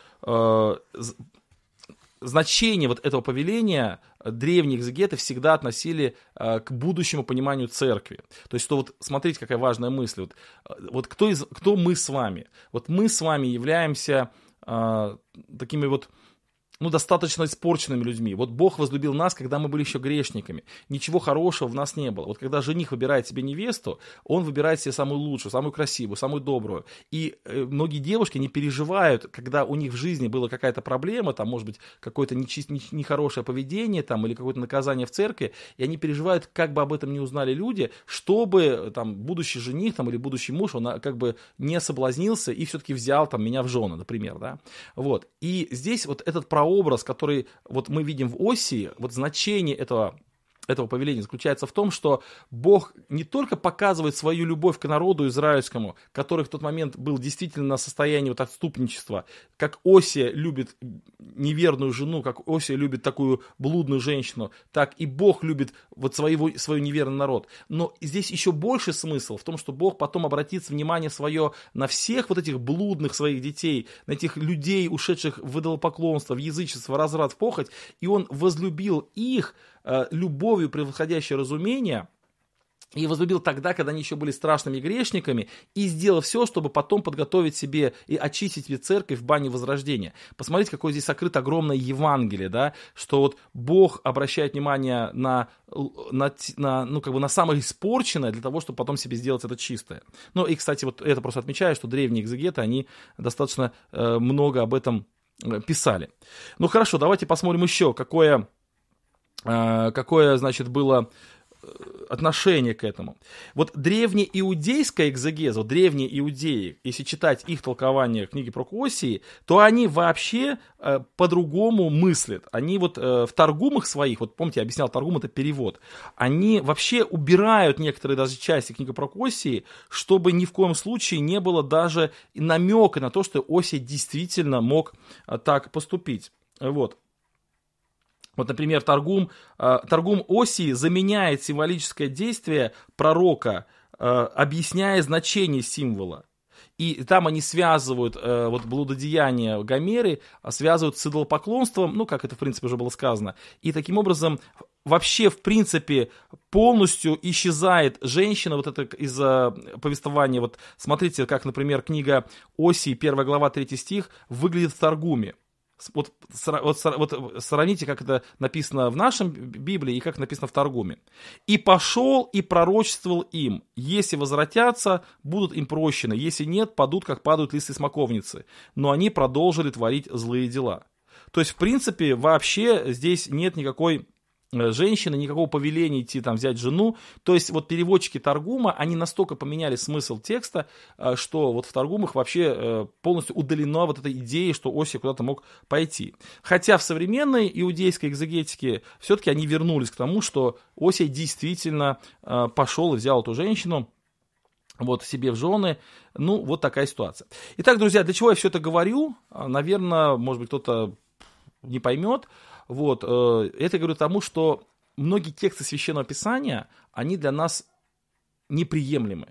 значение вот этого повеления древние экзегеты всегда относили к будущему пониманию церкви. То есть, что вот смотрите, какая важная мысль. Вот кто мы с вами? Вот мы с вами являемся такими вот достаточно испорченными людьми. Вот Бог возлюбил нас, когда мы были еще грешниками. Ничего хорошего в нас не было. Вот когда жених выбирает себе невесту, он выбирает себе самую лучшую, самую красивую, самую добрую. И многие девушки не переживают, когда у них в жизни была какая-то проблема, там, может быть, какое-то нехорошее поведение, там, или какое-то наказание в церкви, и они переживают, как бы об этом не узнали люди, чтобы там, будущий жених там, или будущий муж, он как бы не соблазнился и все-таки взял там, меня в жены, например. Да? Вот. И здесь вот этот прообраз, который вот мы видим в Осии, вот значение этого повеления заключается в том, что Бог не только показывает свою любовь к народу израильскому, который в тот момент был действительно на состоянии вот отступничества, как Осия любит неверную жену, как Осия любит такую блудную женщину, так и Бог любит вот свой неверный народ. Но здесь еще больше смысл в том, что Бог потом обратит внимание свое на всех вот этих блудных своих детей, на этих людей, ушедших в идолопоклонство, в язычество, в разврат, в похоть, и Он возлюбил их любовью, превосходящей разумение, и возлюбил тогда, когда они еще были страшными грешниками, и сделал все, чтобы потом подготовить себе и очистить себе церковь в бане возрождения. Посмотрите, какое здесь сокрыто огромное Евангелие, да, что вот Бог обращает внимание на самое испорченное для того, чтобы потом себе сделать это чистое. Ну и, кстати, вот это просто отмечаю, что древние экзегеты, они достаточно много об этом писали. Ну хорошо, давайте посмотрим еще, какое значит, было отношение к этому. Вот древнеиудейская экзегеза, вот древние иудеи, если читать их толкование книги пророка Осии, то они вообще по-другому мыслят. Они вот в Таргумах своих, вот помните, я объяснял, Таргум — это перевод, они вообще убирают некоторые даже части книги пророка Осии, чтобы ни в коем случае не было даже намека на то, что Осия действительно мог так поступить. Вот. Вот, например, Таргум Осии заменяет символическое действие пророка, объясняя значение символа. И там они связывают вот блудодеяния Гомеры, связывают с идолопоклонством, ну, как это, в принципе, уже было сказано. И таким образом вообще, в принципе, полностью исчезает женщина, вот это из повествования. Вот смотрите, как, например, книга Осии, 1 глава, 3 стих, выглядит в Таргуме. Вот сравните, как это написано в нашем Библии и как написано в Таргуме. «И пошел и пророчествовал им, если возвратятся, будут им прощены, если нет, падут, как падают листы смоковницы. Но они продолжили творить злые дела». То есть, в принципе, вообще здесь нет никакой женщины, никакого повеления идти там взять жену. То есть вот переводчики Таргума, они настолько поменяли смысл текста, что вот в Таргумах вообще полностью удалена вот эта идея, что Осия куда-то мог пойти. Хотя в современной иудейской экзегетике все-таки они вернулись к тому, что Осия действительно пошел и взял эту женщину вот себе в жены. Ну, вот такая ситуация. Итак, друзья, для чего я все это говорю? Наверное, может быть, кто-то не поймет. Вот, это говорю тому, что многие тексты Священного Писания, они для нас неприемлемы.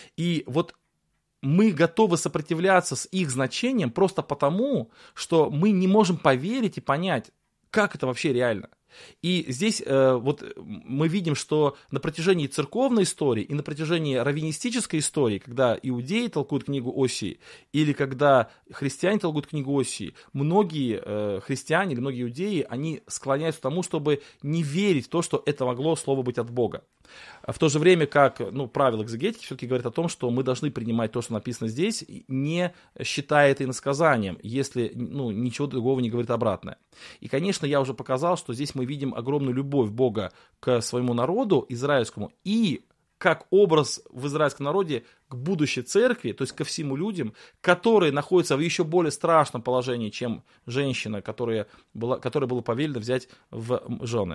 И вот мы готовы сопротивляться с их значением просто потому, что мы не можем поверить и понять, как это вообще реально. И здесь вот мы видим, что на протяжении церковной истории и на протяжении раввинистической истории, когда иудеи толкуют книгу Осии, или когда христиане толкуют книгу Осии, многие христиане или многие иудеи, они склоняются к тому, чтобы не верить в то, что это могло слово быть от Бога. В то же время, как правило экзегетики все-таки говорят о том, что мы должны принимать то, что написано здесь, не считая это иносказанием, если ничего другого не говорит обратное. И, конечно, я уже показал, что здесь мы видим огромную любовь Бога к своему народу израильскому и как образ в израильском народе к будущей церкви, то есть ко всему людям, которые находятся в еще более страшном положении, чем женщина, которой было повелено взять в жены.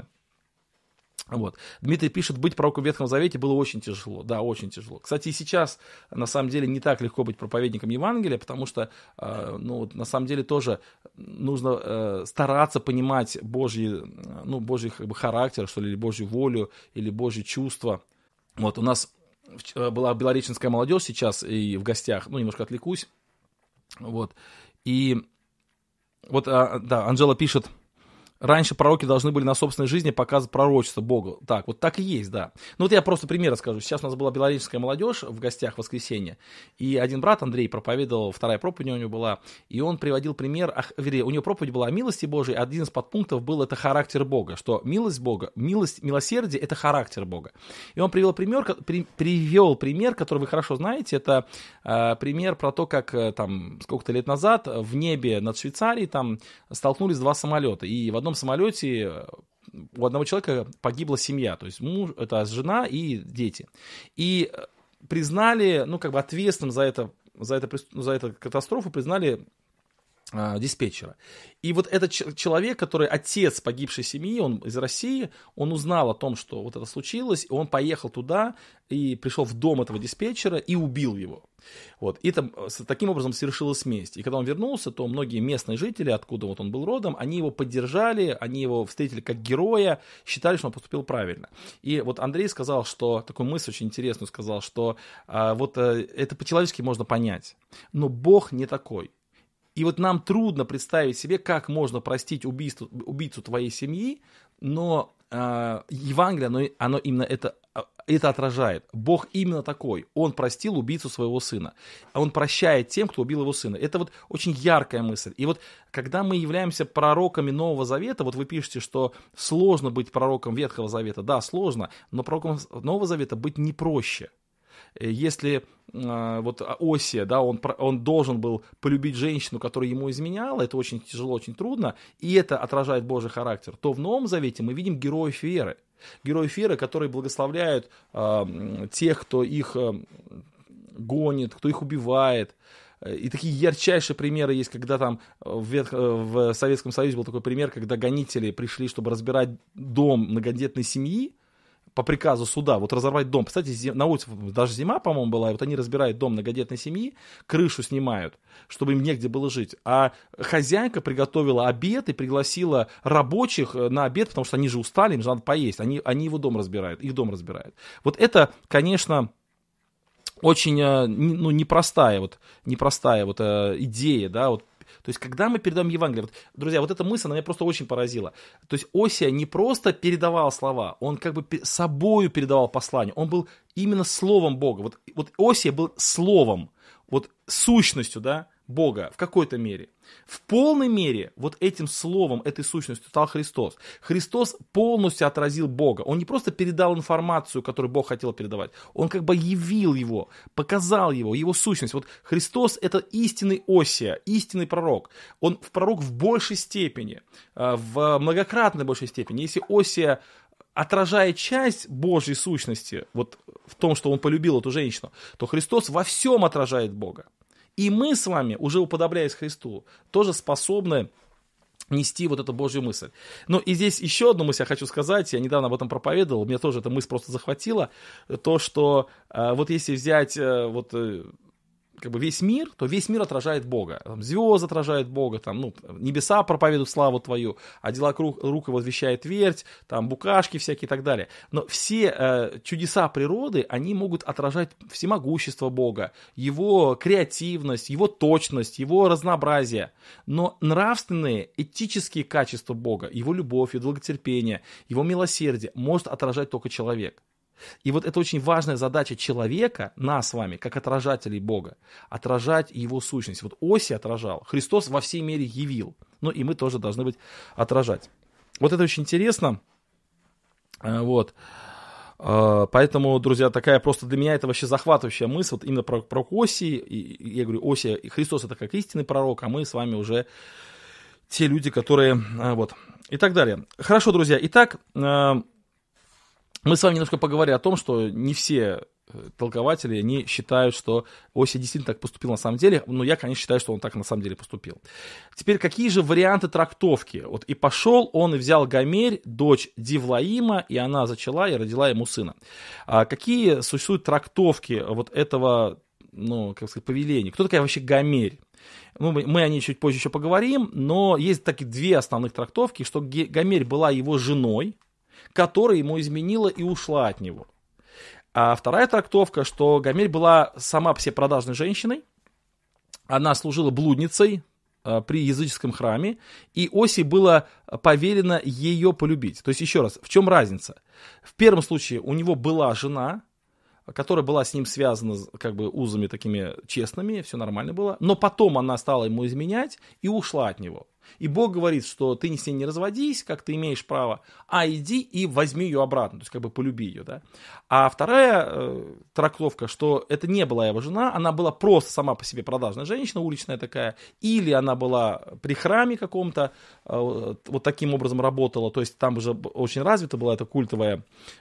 Вот. Дмитрий пишет, быть пророком в Ветхом Завете было очень тяжело. Да, очень тяжело. Кстати, и сейчас, на самом деле, не так легко быть проповедником Евангелия, потому что, на самом деле, тоже нужно стараться понимать Божий характер, что ли, или Божью волю, или Божьи чувства. Вот, у нас была белореченская молодежь сейчас и в гостях, немножко отвлекусь. Вот. И вот, Анжела пишет, раньше пророки должны были на собственной жизни показывать пророчество Богу. Так, вот так и есть, да. Вот я просто пример расскажу. Сейчас у нас была белореченская молодежь в гостях в воскресенье, и один брат, Андрей, проповедовал, вторая проповедь у него была, и он приводил пример, у него проповедь была о милости Божией, один из подпунктов был это характер Бога, что милость Бога, милосердие — это характер Бога. И он привел пример, который вы хорошо знаете, это пример про то, как там сколько-то лет назад в небе над Швейцарией там столкнулись два самолета, и в одном самолете у одного человека погибла семья, то есть муж, это жена и дети. И признали, ответственным за эту катастрофу признали диспетчера. И вот этот человек, который отец погибшей семьи, он из России, он узнал о том, что вот это случилось, и он поехал туда и пришел в дом этого диспетчера и убил его. Вот. И таким образом совершилась месть. И когда он вернулся, то многие местные жители, откуда вот он был родом, они его поддержали, они его встретили как героя, считали, что он поступил правильно. И вот Андрей сказал, что, такую мысль очень интересную сказал, что это по-человечески можно понять, но Бог не такой. И вот нам трудно представить себе, как можно простить убийцу твоей семьи, но Евангелие, оно именно это отражает. Бог именно такой. Он простил убийцу своего сына. Он прощает тем, кто убил его сына. Это вот очень яркая мысль. И вот когда мы являемся пророками Нового Завета, вот вы пишете, что сложно быть пророком Ветхого Завета. Да, сложно, но пророком Нового Завета быть не проще. если вот Осия, да, он должен был полюбить женщину, которая ему изменяла, это очень тяжело, очень трудно, и это отражает Божий характер, то в Новом Завете мы видим героев веры. Героев веры, которые благословляют тех, кто их гонит, кто их убивает. И такие ярчайшие примеры есть, когда там в Советском Союзе был такой пример, когда гонители пришли, чтобы разбирать дом многодетной семьи, по приказу суда, вот разорвать дом. Кстати, на улице даже зима, по-моему, была, и вот они разбирают дом многодетной семьи, крышу снимают, чтобы им негде было жить. А хозяйка приготовила обед и пригласила рабочих на обед, потому что они же устали, им же надо поесть. Они его дом разбирают, их дом разбирают. Вот это, конечно, очень непростая идея, да, вот. То есть, когда мы передаем Евангелие, вот, друзья, вот эта мысль, она меня просто очень поразила. То есть, Осия не просто передавал слова, он как бы собою передавал послание, он был именно словом Бога. Вот Осия был словом, вот сущностью, да, Бога в какой-то мере. В полной мере вот этим словом, этой сущностью стал Христос. Христос полностью отразил Бога. Он не просто передал информацию, которую Бог хотел передавать. Он как бы явил его, показал его сущность. Вот Христос — это истинный Осия, истинный пророк. Он пророк в большей степени, в многократно большей степени. Если Осия отражает часть Божьей сущности, вот в том, что он полюбил эту женщину, то Христос во всем отражает Бога. И мы с вами, уже уподобляясь Христу, тоже способны нести вот эту Божью мысль. Ну и здесь еще одну мысль я хочу сказать, я недавно об этом проповедовал, меня тоже эта мысль просто захватила, то, что вот если взять как бы весь мир, то весь мир отражает Бога. Там звезды отражают Бога, там, небеса проповедуют славу твою, а дела рук его возвещает твердь, там букашки всякие и так далее. Но все чудеса природы, они могут отражать всемогущество Бога, его креативность, его точность, его разнообразие. Но нравственные, этические качества Бога, его любовь, его долготерпение, его милосердие может отражать только человек. И вот это очень важная задача человека, нас с вами, как отражателей Бога, отражать его сущность. Вот Осия отражал, Христос во всей мере явил, ну и мы тоже должны быть отражать. Вот это очень интересно, вот. Поэтому, друзья, такая просто для меня это вообще захватывающая мысль, вот именно про Осии, и я говорю, Осия, и Христос это как истинный пророк, а мы с вами уже те люди, которые, вот, и так далее. Хорошо, друзья, итак, мы с вами немножко поговорили о том, что не все толкователи, они считают, что Осия действительно так поступил на самом деле, но я, конечно, считаю, что он так на самом деле поступил. Теперь, какие же варианты трактовки? Вот и пошел он и взял Гомерь, дочь Дивлаима, и она зачала и родила ему сына. Какие существуют трактовки вот этого, как сказать, повеления? Кто такая вообще Гомерь? Мы о ней чуть позже еще поговорим, но есть такие две основных трактовки, что Гомерь была его женой, которая ему изменила и ушла от него. А вторая трактовка, что Гомерь была сама по себе продажной женщиной, она служила блудницей при языческом храме, и Осии было повелено ее полюбить. То есть, еще раз, в чем разница? В первом случае у него была жена, которая была с ним связана как бы узами такими честными, все нормально было, но потом она стала ему изменять и ушла от него. И Бог говорит, что ты с ней не разводись, как ты имеешь право, а иди и возьми ее обратно, то есть как бы полюби ее. Да? А вторая трактовка, что это не была его жена, она была просто сама по себе продажная женщина, уличная такая, или она была при храме каком-то, вот таким образом работала, то есть там уже очень развита была эта культовая,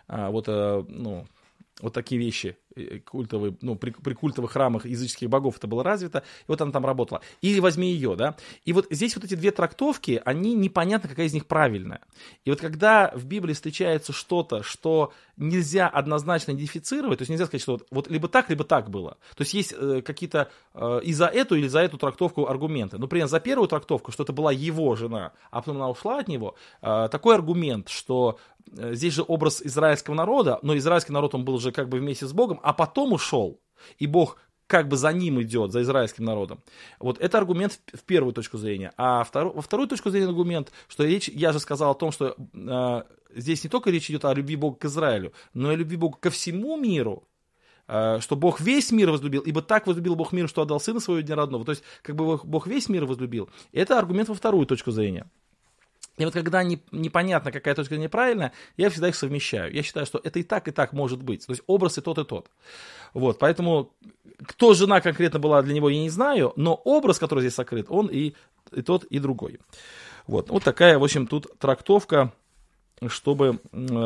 вот такие вещи культовые, при культовых храмах языческих богов это было развито, и вот она там работала. Или возьми ее, да. И вот здесь вот эти две трактовки, они непонятно, какая из них правильная. И вот когда в Библии встречается что-то, что нельзя однозначно идентифицировать, то есть нельзя сказать, что вот либо так было. То есть есть какие-то и за эту или за эту трактовку аргументы. Например, за первую трактовку, что это была его жена, а потом она ушла от него, такой аргумент, что здесь же образ израильского народа, но израильский народ, он был же как бы вместе с Богом, а потом ушел, и Бог как бы за ним идет, за израильским народом. Вот это аргумент в первую точку зрения. А во вторую точку зрения аргумент, что я же сказал о том, что здесь не только речь идет о любви Бога к Израилю, но и о любви Бога ко всему миру, что Бог весь мир возлюбил, ибо так возлюбил Бог мир, что отдал Сына Своего единородного. То есть, как бы Бог весь мир возлюбил. Это аргумент во вторую точку зрения. И вот когда непонятно, какая точка зрения правильная, я всегда их совмещаю. Я считаю, что это и так может быть. То есть образ и тот, и тот. Вот, поэтому кто жена конкретно была для него, я не знаю, но образ, который здесь сокрыт, он и тот, и другой. Вот такая, в общем, тут трактовка, что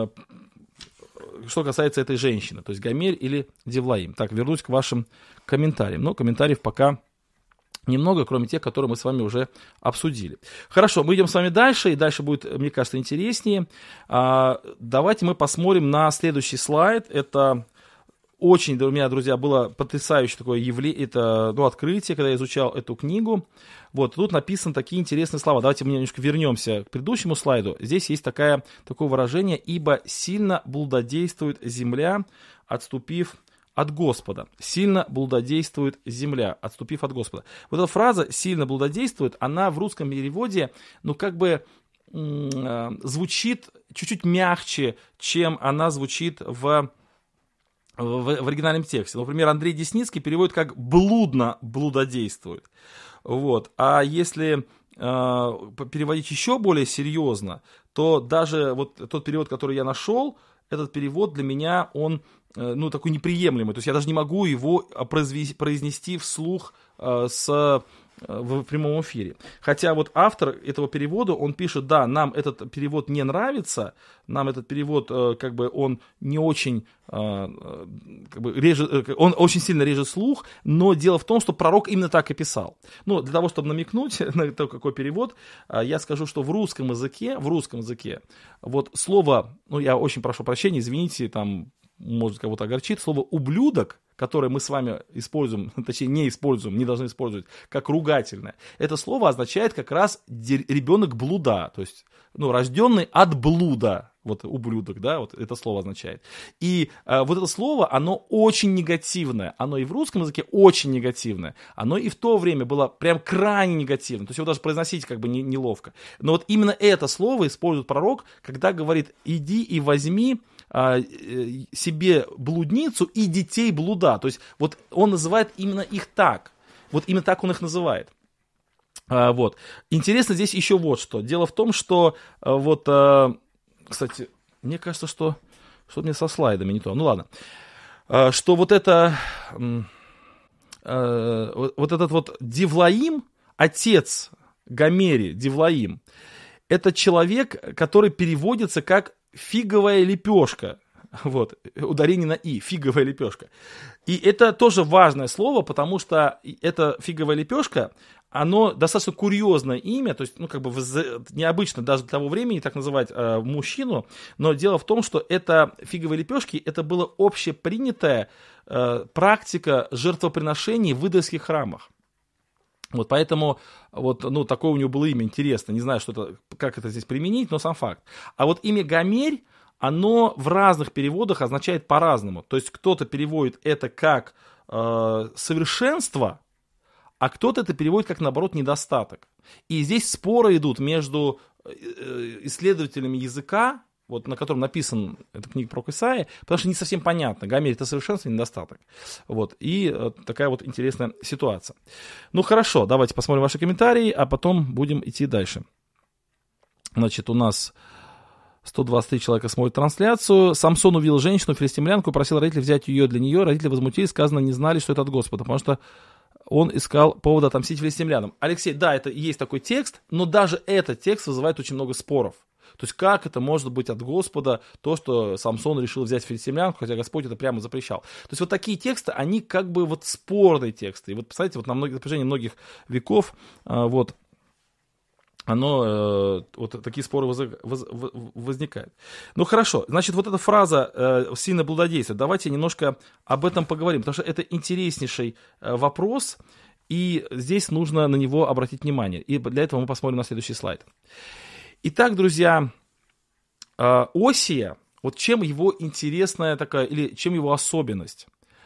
касается этой женщины, то есть Гомерь или Девлаим. Так, вернусь к вашим комментариям. Но комментариев пока немного, кроме тех, которые мы с вами уже обсудили. Хорошо, мы идем с вами дальше, и дальше будет, мне кажется, интереснее. Давайте мы посмотрим на следующий слайд. Это очень для меня, друзья, было потрясающее такое явление, это открытие, когда я изучал эту книгу. Вот, тут написаны такие интересные слова. Давайте мы немножко вернемся к предыдущему слайду. Здесь есть такое выражение: «Ибо сильно блудодействует земля, отступив от Господа». Сильно блудодействует земля, отступив от Господа. Вот эта фраза «сильно блудодействует», она в русском переводе, звучит чуть-чуть мягче, чем она звучит в оригинальном тексте. Например, Андрей Десницкий переводит как «блудно блудодействует». Вот. А если переводить еще более серьезно, то даже вот тот перевод, который я нашел, этот перевод для меня, он такой неприемлемый. То есть я даже не могу его произнести вслух в прямом эфире. Хотя вот автор этого перевода, он пишет: да, нам этот перевод не нравится, нам этот перевод, он не очень, режет, он очень сильно режет слух, но дело в том, что пророк именно так и писал. Для того, чтобы намекнуть на то, какой перевод, я скажу, что в русском языке, вот слово, я очень прошу прощения, извините, там, может, кого-то огорчит, слово «ублюдок», которое мы с вами используем, точнее не должны использовать, как ругательное, это слово означает как раз ребенок блуда, то есть, рожденный от блуда, вот ублюдок, да, вот это слово означает. И вот это слово, оно очень негативное, оно и в русском языке очень негативное, оно и в то время было прям крайне негативно, то есть его даже произносить неловко. Но вот именно это слово использует пророк, когда говорит: иди и возьми себе блудницу и детей блуда. То есть вот он называет именно их так. Вот именно так он их называет. Вот. Интересно здесь еще вот что. Дело в том, что кстати, мне кажется, что мне со слайдами не то. Ну ладно. Что вот этот Девлаим, отец Гомери, Девлаим, это человек, который переводится как фиговая лепешка. Вот, ударение на «и», фиговая лепешка. И это тоже важное слово, потому что эта фиговая лепешка, оно достаточно курьезное имя, то есть, необычно даже для того времени так называть мужчину, но дело в том, что это фиговые лепешки, это была общепринятая практика жертвоприношений в идольских храмах. Вот поэтому такое у него было имя, интересно, не знаю, как это здесь применить, но сам факт. А вот имя Гомерь, оно в разных переводах означает по-разному. То есть кто-то переводит это как совершенство, а кто-то это переводит как, наоборот, недостаток. И здесь споры идут между исследователями языка, вот на котором написана эта книга про Исаия, потому что не совсем понятно, Гомерь — это совершенство и недостаток. Вот, и такая вот интересная ситуация. Хорошо, давайте посмотрим ваши комментарии, а потом будем идти дальше. Значит, у нас 123 человека смотрят трансляцию. Самсон увидел женщину, филистимлянку, просил родителей взять ее для нее. Родители возмутились, сказано, не знали, что это от Господа, потому что он искал повода отомстить филистимлянам. Алексей, да, это есть такой текст, но даже этот текст вызывает очень много споров. То есть как это может быть от Господа, то, что Самсон решил взять филистимлянку, хотя Господь это прямо запрещал. То есть вот такие тексты, они спорные тексты. И вот, представляете, на протяжении многих веков такие споры возникают. Хорошо, значит, вот эта фраза «сильно блудодействует», давайте немножко об этом поговорим, потому что это интереснейший вопрос, и здесь нужно на него обратить внимание. И для этого мы посмотрим на следующий слайд. Итак, друзья, Осия, вот чем его интересная такая, или чем его особенность?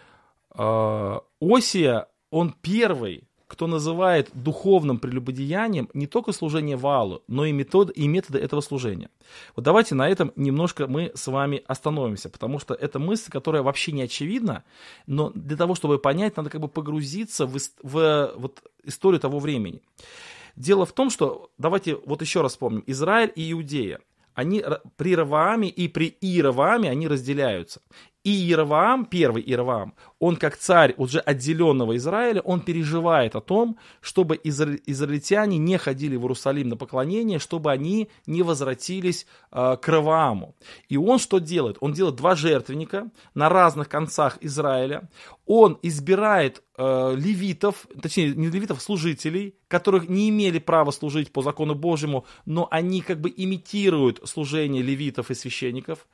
Осия, он первый, кто называет духовным прелюбодеянием не только служение Ваалу, но и методы этого служения. Вот давайте на этом немножко мы с вами остановимся, потому что это мысль, которая вообще не очевидна, но для того, чтобы понять, надо погрузиться в историю того времени. Дело в том, что, давайте вот еще раз вспомним, Израиль и Иудея, они при Ровоаме и при Иеровоаме они разделяются. И Иеровоам, первый Иеровоам, он как царь уже отделенного Израиля, он переживает о том, чтобы израильтяне не ходили в Иерусалим на поклонение, чтобы они не возвратились к Ровоаму. И он что делает? Он делает 2 жертвенника на разных концах Израиля. Он избирает левитов, точнее не левитов, служителей, которых не имели права служить по закону Божьему, но они как бы имитируют служение левитов и священников.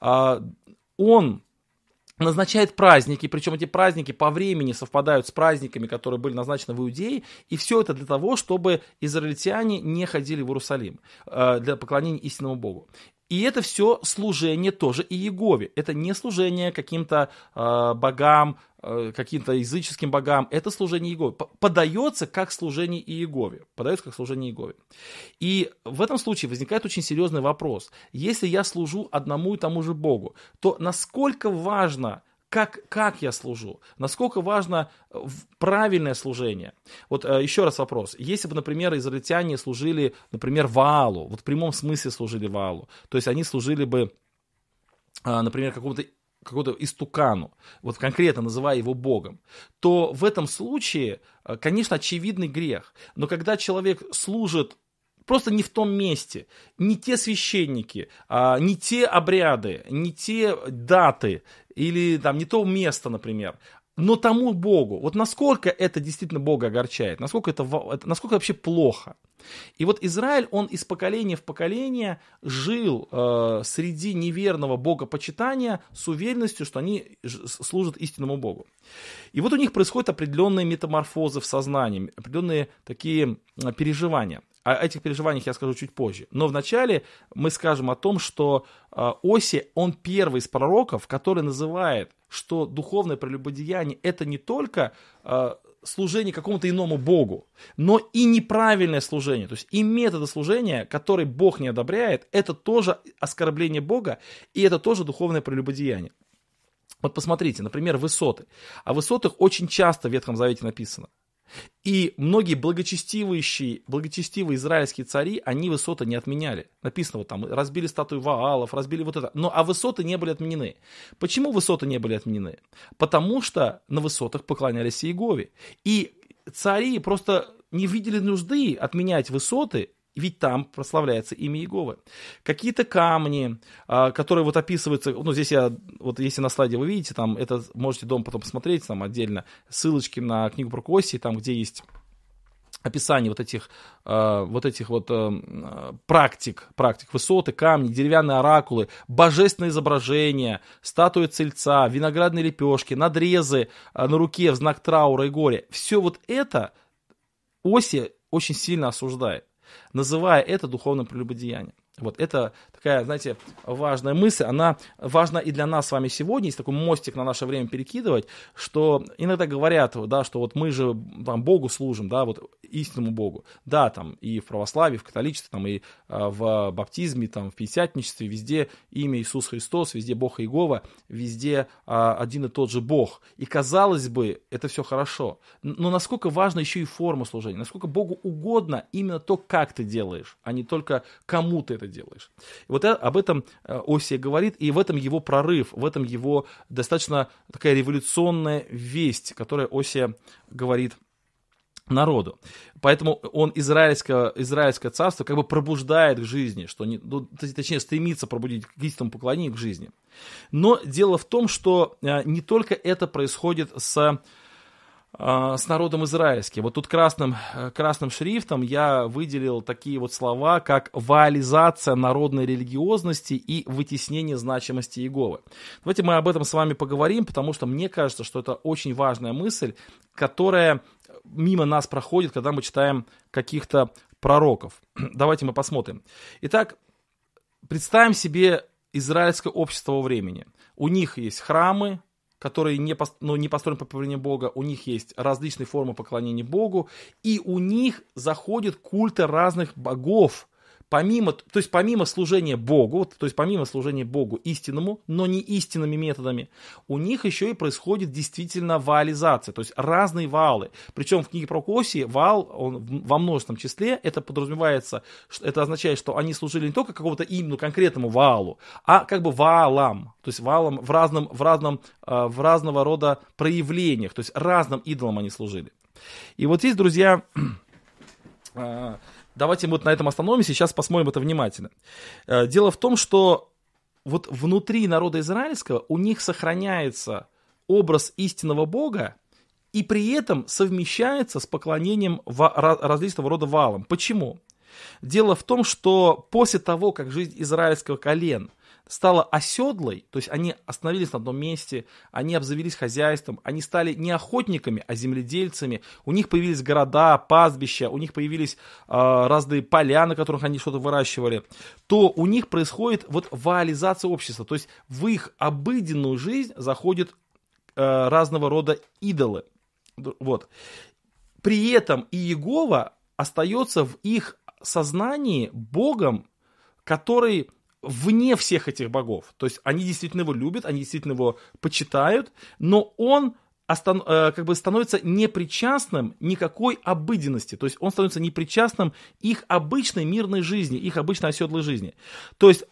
Он назначает праздники, причем эти праздники по времени совпадают с праздниками, которые были назначены в Иудее, и все это для того, чтобы израильтяне не ходили в Иерусалим для поклонения истинному Богу. И это все служение тоже и Иегове. Это не служение каким-то богам, каким-то языческим богам. Это служение Иегове. Подается как служение Иегове. Подается как служение Иегове. И в этом случае возникает очень серьезный вопрос. Если я служу одному и тому же Богу, то насколько важно, как я служу? Насколько важно правильное служение? Вот еще раз вопрос. Если бы, например, израильтяне служили, например, Ваалу, вот в прямом смысле служили Ваалу, то есть они служили бы, например, какому-то истукану, вот конкретно называя его Богом, то в этом случае, конечно, очевидный грех. Но когда человек служит просто не в том месте, не те священники, не те обряды, не те даты или там не то место, например, но тому Богу. Вот насколько это действительно Бога огорчает, насколько вообще плохо. И вот Израиль, он из поколения в поколение жил среди неверного богопочитания с уверенностью, что они служат истинному Богу. И вот у них происходят определенные метаморфозы в сознании, определенные такие переживания. О этих переживаниях я скажу чуть позже. Но вначале мы скажем о том, что Осия, он первый из пророков, который называет, что духовное прелюбодеяние это не только служение какому-то иному Богу, но и неправильное служение. То есть и методы служения, которые Бог не одобряет, это тоже оскорбление Бога, и это тоже духовное прелюбодеяние. Вот посмотрите, например, высоты. О высотах очень часто в Ветхом Завете написано. И многие благочестивые израильские цари, они высоты не отменяли. Написано, вот там, разбили статую Ваалов, разбили вот это. А высоты не были отменены. Почему высоты не были отменены? Потому что на высотах поклонялись Иегове. И цари просто не видели нужды отменять высоты, ведь там прославляется имя Иеговы. Какие-то камни, которые вот описываются, ну здесь вот если на слайде вы видите, там это можете дома потом посмотреть, там отдельно ссылочки на книгу про Осию, там где есть описание вот этих практик, высоты, камни, деревянные оракулы, божественные изображения, статуи цельца, виноградные лепешки, надрезы на руке в знак траура и горя. Все вот это Осия очень сильно осуждает, называя это духовным прелюбодеянием. Вот это такая, знаете, важная мысль, она важна и для нас с вами сегодня, есть такой мостик на наше время перекидывать, что иногда говорят, да, что вот мы же там Богу служим, да, вот истинному Богу, да, там и в православии, в католичестве, там и в баптизме, там в пятидесятничестве, везде имя Иисус Христос, везде Бог Иегова, везде один и тот же Бог. И казалось бы, это все хорошо, но насколько важна еще и форма служения, насколько Богу угодно именно то, как ты делаешь, а не только кому ты это делаешь. И вот об этом Осия говорит, и в этом его прорыв, в этом его достаточно такая революционная весть, которая Осия говорит народу. Поэтому он израильское царство как бы пробуждает к жизни, точнее стремится пробудить к истинному поклонению к жизни. Но дело в том, что не только это происходит с народом израильским. Вот тут красным шрифтом я выделил такие вот слова, как ваализация народной религиозности и вытеснение значимости Иеговы. Давайте мы об этом с вами поговорим, потому что мне кажется, что это очень важная мысль, которая мимо нас проходит, когда мы читаем каких-то пророков. Давайте мы посмотрим. Итак, представим себе израильское общество во времени. У них есть храмы, которые не построены по повелению Бога, у них есть различные формы поклонения Богу, и у них заходят культы разных богов, помимо служения Богу, то есть помимо служения Богу истинному, но не истинными методами, у них еще и происходит действительно ваализация, то есть разные ваалы. Причем в книге пророка Осии ваал, он во множественном числе, это подразумевается, это означает, что они служили не только какому-то именно конкретному ваалу, а как бы ваалам, то есть ваалам в разного рода проявлениях, то есть разным идолам они служили. И вот здесь, друзья, давайте вот на этом остановимся, сейчас посмотрим это внимательно. Дело в том, что вот внутри народа израильского у них сохраняется образ истинного Бога, и при этом совмещается с поклонением различного рода ваалам. Почему? Дело в том, что после того, как жизнь израильского колена стала оседлой, то есть они остановились на одном месте, они обзавелись хозяйством, они стали не охотниками, а земледельцами, у них появились города, пастбища, у них появились разные поля, на которых они что-то выращивали, то у них происходит вот ваализация общества, то есть в их обыденную жизнь заходят разного рода идолы. Вот. При этом Иегова остается в их сознании Богом, который вне всех этих богов. То есть они действительно его любят, они действительно его почитают, но он как бы становится непричастным никакой обыденности. То есть он становится непричастным их обычной мирной жизни, их обычной оседлой жизни. То есть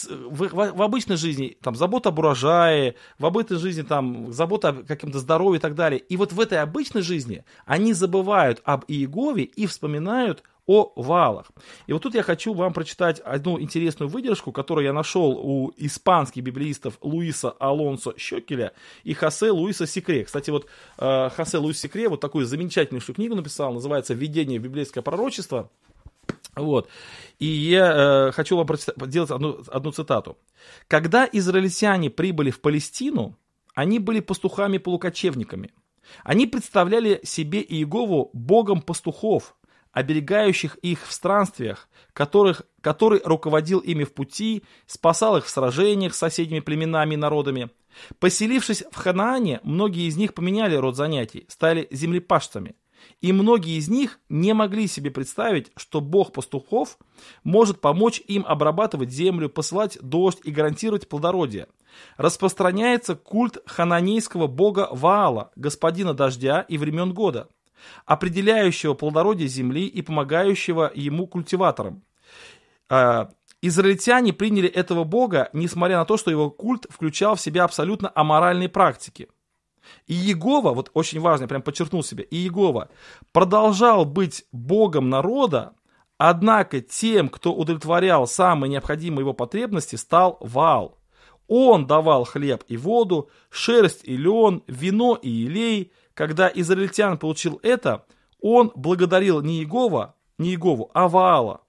в обычной жизни там забота об урожае, в обычной жизни там забота о каком-то здоровье и так далее. И вот в этой обычной жизни они забывают об Иегове и вспоминают о ваалах. И вот тут я хочу вам прочитать одну интересную выдержку, которую я нашел у испанских библеистов Луиса Алонсо Щекеля и Хосе Луиса Секре. Кстати, вот Хосе Луис Секре вот такую замечательную книгу написал, называется «Введение в библейское пророчество». Вот. И я хочу вам сделать одну цитату. «Когда израильтяне прибыли в Палестину, они были пастухами-полукочевниками. Они представляли себе Иегову богом пастухов, оберегающих их в странствиях, который руководил ими в пути, спасал их в сражениях с соседними племенами и народами. Поселившись в Ханаане, многие из них поменяли род занятий, стали землепашцами. И многие из них не могли себе представить, что бог пастухов может помочь им обрабатывать землю, посылать дождь и гарантировать плодородие. Распространяется культ хананейского бога Ваала, господина дождя и времен года, определяющего плодородие земли и помогающего ему культиваторам. Израильтяне приняли этого бога, несмотря на то, что его культ включал в себя абсолютно аморальные практики. И Иегова, вот очень важно, я прям подчеркнул себе, Иегова продолжал быть богом народа, однако тем, кто удовлетворял самые необходимые его потребности, стал Ваал. Он давал хлеб и воду, шерсть и лен, вино и елей. Когда израильтян получил это, он благодарил не Иегову, а Ваала.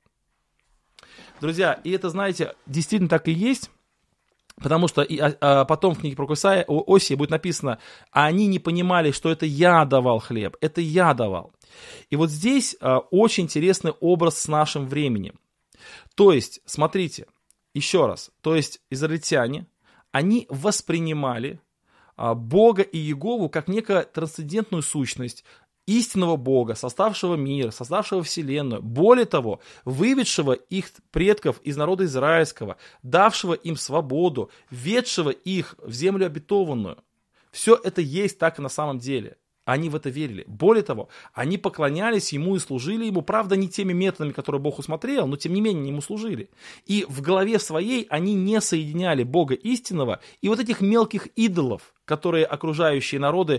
Друзья, и это, знаете, действительно так и есть. Потому что потом в книге про Осии будет написано, а они не понимали, что это я давал хлеб, это я давал. И вот здесь очень интересный образ с нашим временем. То есть, смотрите, еще раз, то есть израильтяне, они воспринимали Бога и Иегову как некую трансцендентную сущность, истинного Бога, создавшего мир, создавшего вселенную, более того, выведшего их предков из народа израильского, давшего им свободу, ведшего их в землю обетованную. Все это есть так и на самом деле. Они в это верили. Более того, они поклонялись ему и служили ему, правда, не теми методами, которые Бог усмотрел, но тем не менее ему служили. И в голове своей они не соединяли Бога истинного и вот этих мелких идолов, которым окружающий народ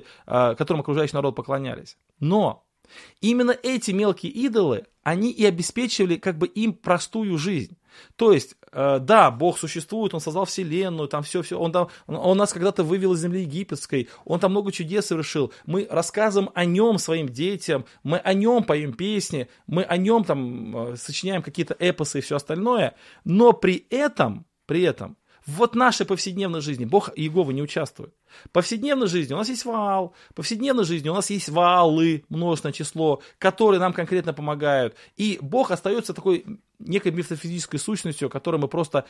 поклонялись. Но именно эти мелкие идолы, они и обеспечивали как бы им простую жизнь. То есть, да, Бог существует, Он создал вселенную, там все, Он нас когда-то вывел из земли египетской, Он там много чудес совершил, мы рассказываем о Нем своим детям, мы о Нем поем песни, мы о Нем там сочиняем какие-то эпосы и все остальное, но при этом вот в нашей повседневной жизни Бог Иегова не участвует. В повседневной жизни у нас есть Ваал, в повседневной жизни у нас есть Ваалы, множественное число, которые нам конкретно помогают. И Бог остается такой некой метафизической сущностью, о которой мы просто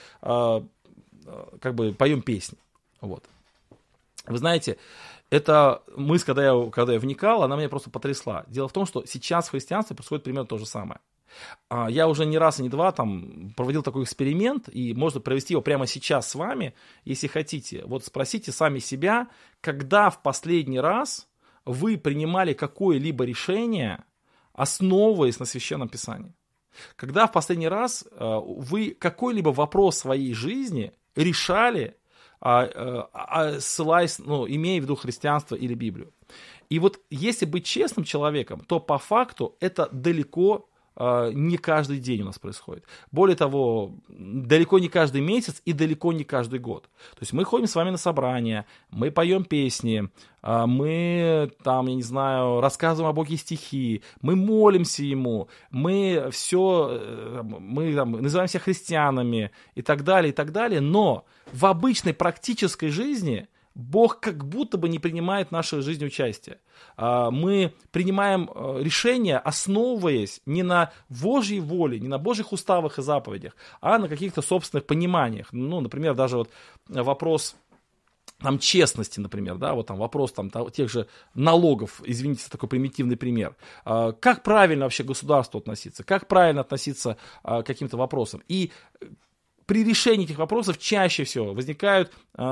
как бы поем песни. Вот. Вы знаете, эта мысль, когда я вникал, она меня просто потрясла. Дело в том, что сейчас в христианстве происходит примерно то же самое. Я уже не раз и не два там проводил такой эксперимент, и можно провести его прямо сейчас с вами, если хотите. Вот спросите сами себя, когда в последний раз вы принимали какое-либо решение, основываясь на Священном Писании. Когда в последний раз вы какой-либо вопрос своей жизни решали, ссылаясь, имея в виду христианство или Библию. И вот если быть честным человеком, то по факту это далеко не каждый день у нас происходит. Более того, далеко не каждый месяц и далеко не каждый год. То есть мы ходим с вами на собрания, мы поем песни, мы там, я не знаю, рассказываем о Боге стихи, мы молимся Ему, мы называем себя христианами и так далее, но в обычной практической жизни Бог как будто бы не принимает в нашей жизни участие. Мы принимаем решения, основываясь не на Божьей воле, не на Божьих уставах и заповедях, а на каких-то собственных пониманиях. Например, даже вот вопрос честности, например, вопрос тех же налогов, извините за такой примитивный пример. Как правильно вообще к государству относиться, как правильно относиться к каким-то вопросам. И при решении этих вопросов чаще всего возникают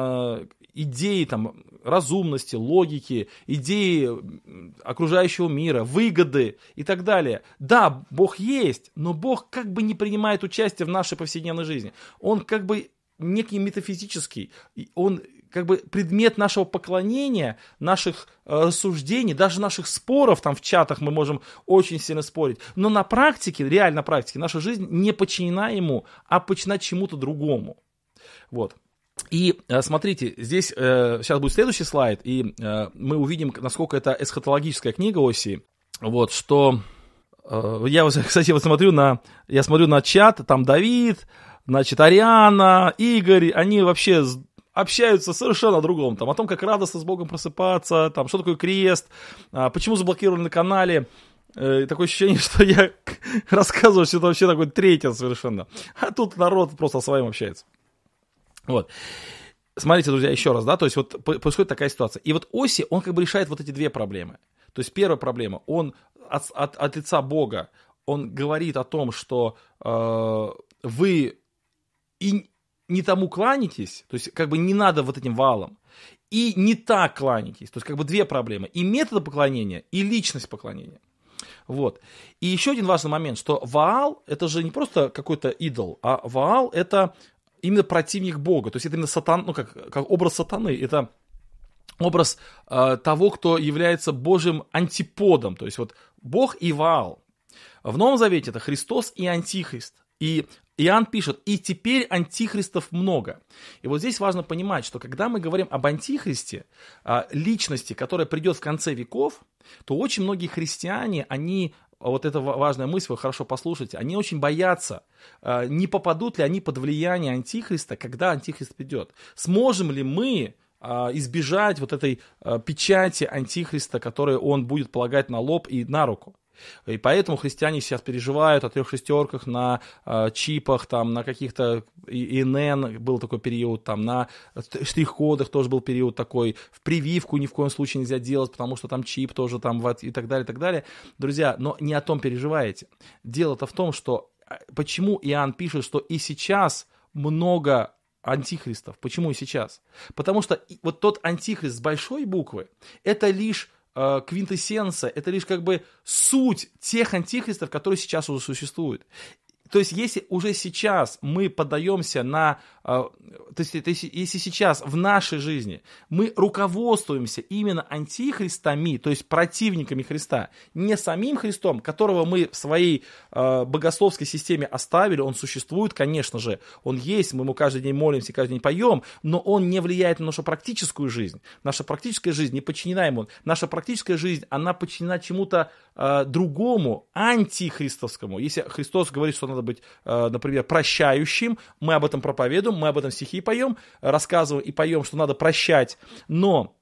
идеи разумности, логики, идеи окружающего мира, выгоды и так далее. Да, Бог есть, но Бог как бы не принимает участие в нашей повседневной жизни. Он как бы некий метафизический, он как бы предмет нашего поклонения, наших рассуждений, даже наших споров в чатах мы можем очень сильно спорить. Но на практике, реально на практике, наша жизнь не подчинена ему, а подчинена чему-то другому. Вот. И смотрите, здесь сейчас будет следующий слайд, и мы увидим, насколько это эсхатологическая книга Осии. Вот, что я, кстати, смотрю на чат, там Давид, Ариана, Игорь, они вообще общаются совершенно о другом, о том, как радостно с Богом просыпаться, что такое крест, почему заблокировали на канале. Такое ощущение, что я рассказываю что-то вообще такое третье совершенно. А тут народ просто о своем общается. Вот. Смотрите, друзья, еще раз, то есть вот происходит такая ситуация. И вот Оси, он как бы решает вот эти две проблемы. То есть первая проблема, он от лица Бога, он говорит о том, что вы и не тому кланяетесь, то есть как бы не надо вот этим валом, и не так кланяетесь. То есть как бы две проблемы. И метод поклонения, и личность поклонения. Вот. И еще один важный момент, что Ваал это же не просто какой-то идол, а Ваал это именно противник Бога. То есть это именно сатан, как образ сатаны. Это образ того, кто является Божьим антиподом. То есть вот Бог и Ваал. В Новом Завете это Христос и Антихрист. И Иоанн пишет, и теперь антихристов много. И вот здесь важно понимать, что когда мы говорим об антихристе, личности, которая придет в конце веков, то очень многие христиане, они, вот эта важная мысль, вы хорошо послушайте, они очень боятся, не попадут ли они под влияние антихриста, когда антихрист придет. Сможем ли мы избежать вот этой печати антихриста, которую он будет полагать на лоб и на руку? И поэтому христиане сейчас переживают о 3 шестерках, на чипах, на каких-то ИНН был такой период, на штрих-кодах тоже был период такой, в прививку ни в коем случае нельзя делать, потому что там чип тоже и так далее, и так далее. Друзья, но не о том переживаете. Дело-то в том, что почему Иоанн пишет, что и сейчас много антихристов. Почему и сейчас? Потому что вот тот антихрист с большой буквы, это лишь квинтэссенция, это лишь как бы суть тех антихристов, которые сейчас уже существуют. То есть, если уже сейчас мы поддаемся на... То есть, если сейчас в нашей жизни мы руководствуемся именно антихристами, то есть противниками Христа, не самим Христом, которого мы в своей богословской системе оставили, он существует, конечно же, он есть, мы ему каждый день молимся, каждый день поем, но он не влияет на нашу практическую жизнь. Наша практическая жизнь не подчинена ему. Наша практическая жизнь, она подчинена чему-то другому, антихристовскому. Если Христос говорит, что надо быть, например, прощающим, мы об этом проповедуем, мы об этом стихи поем, рассказываем и поем, что надо прощать, но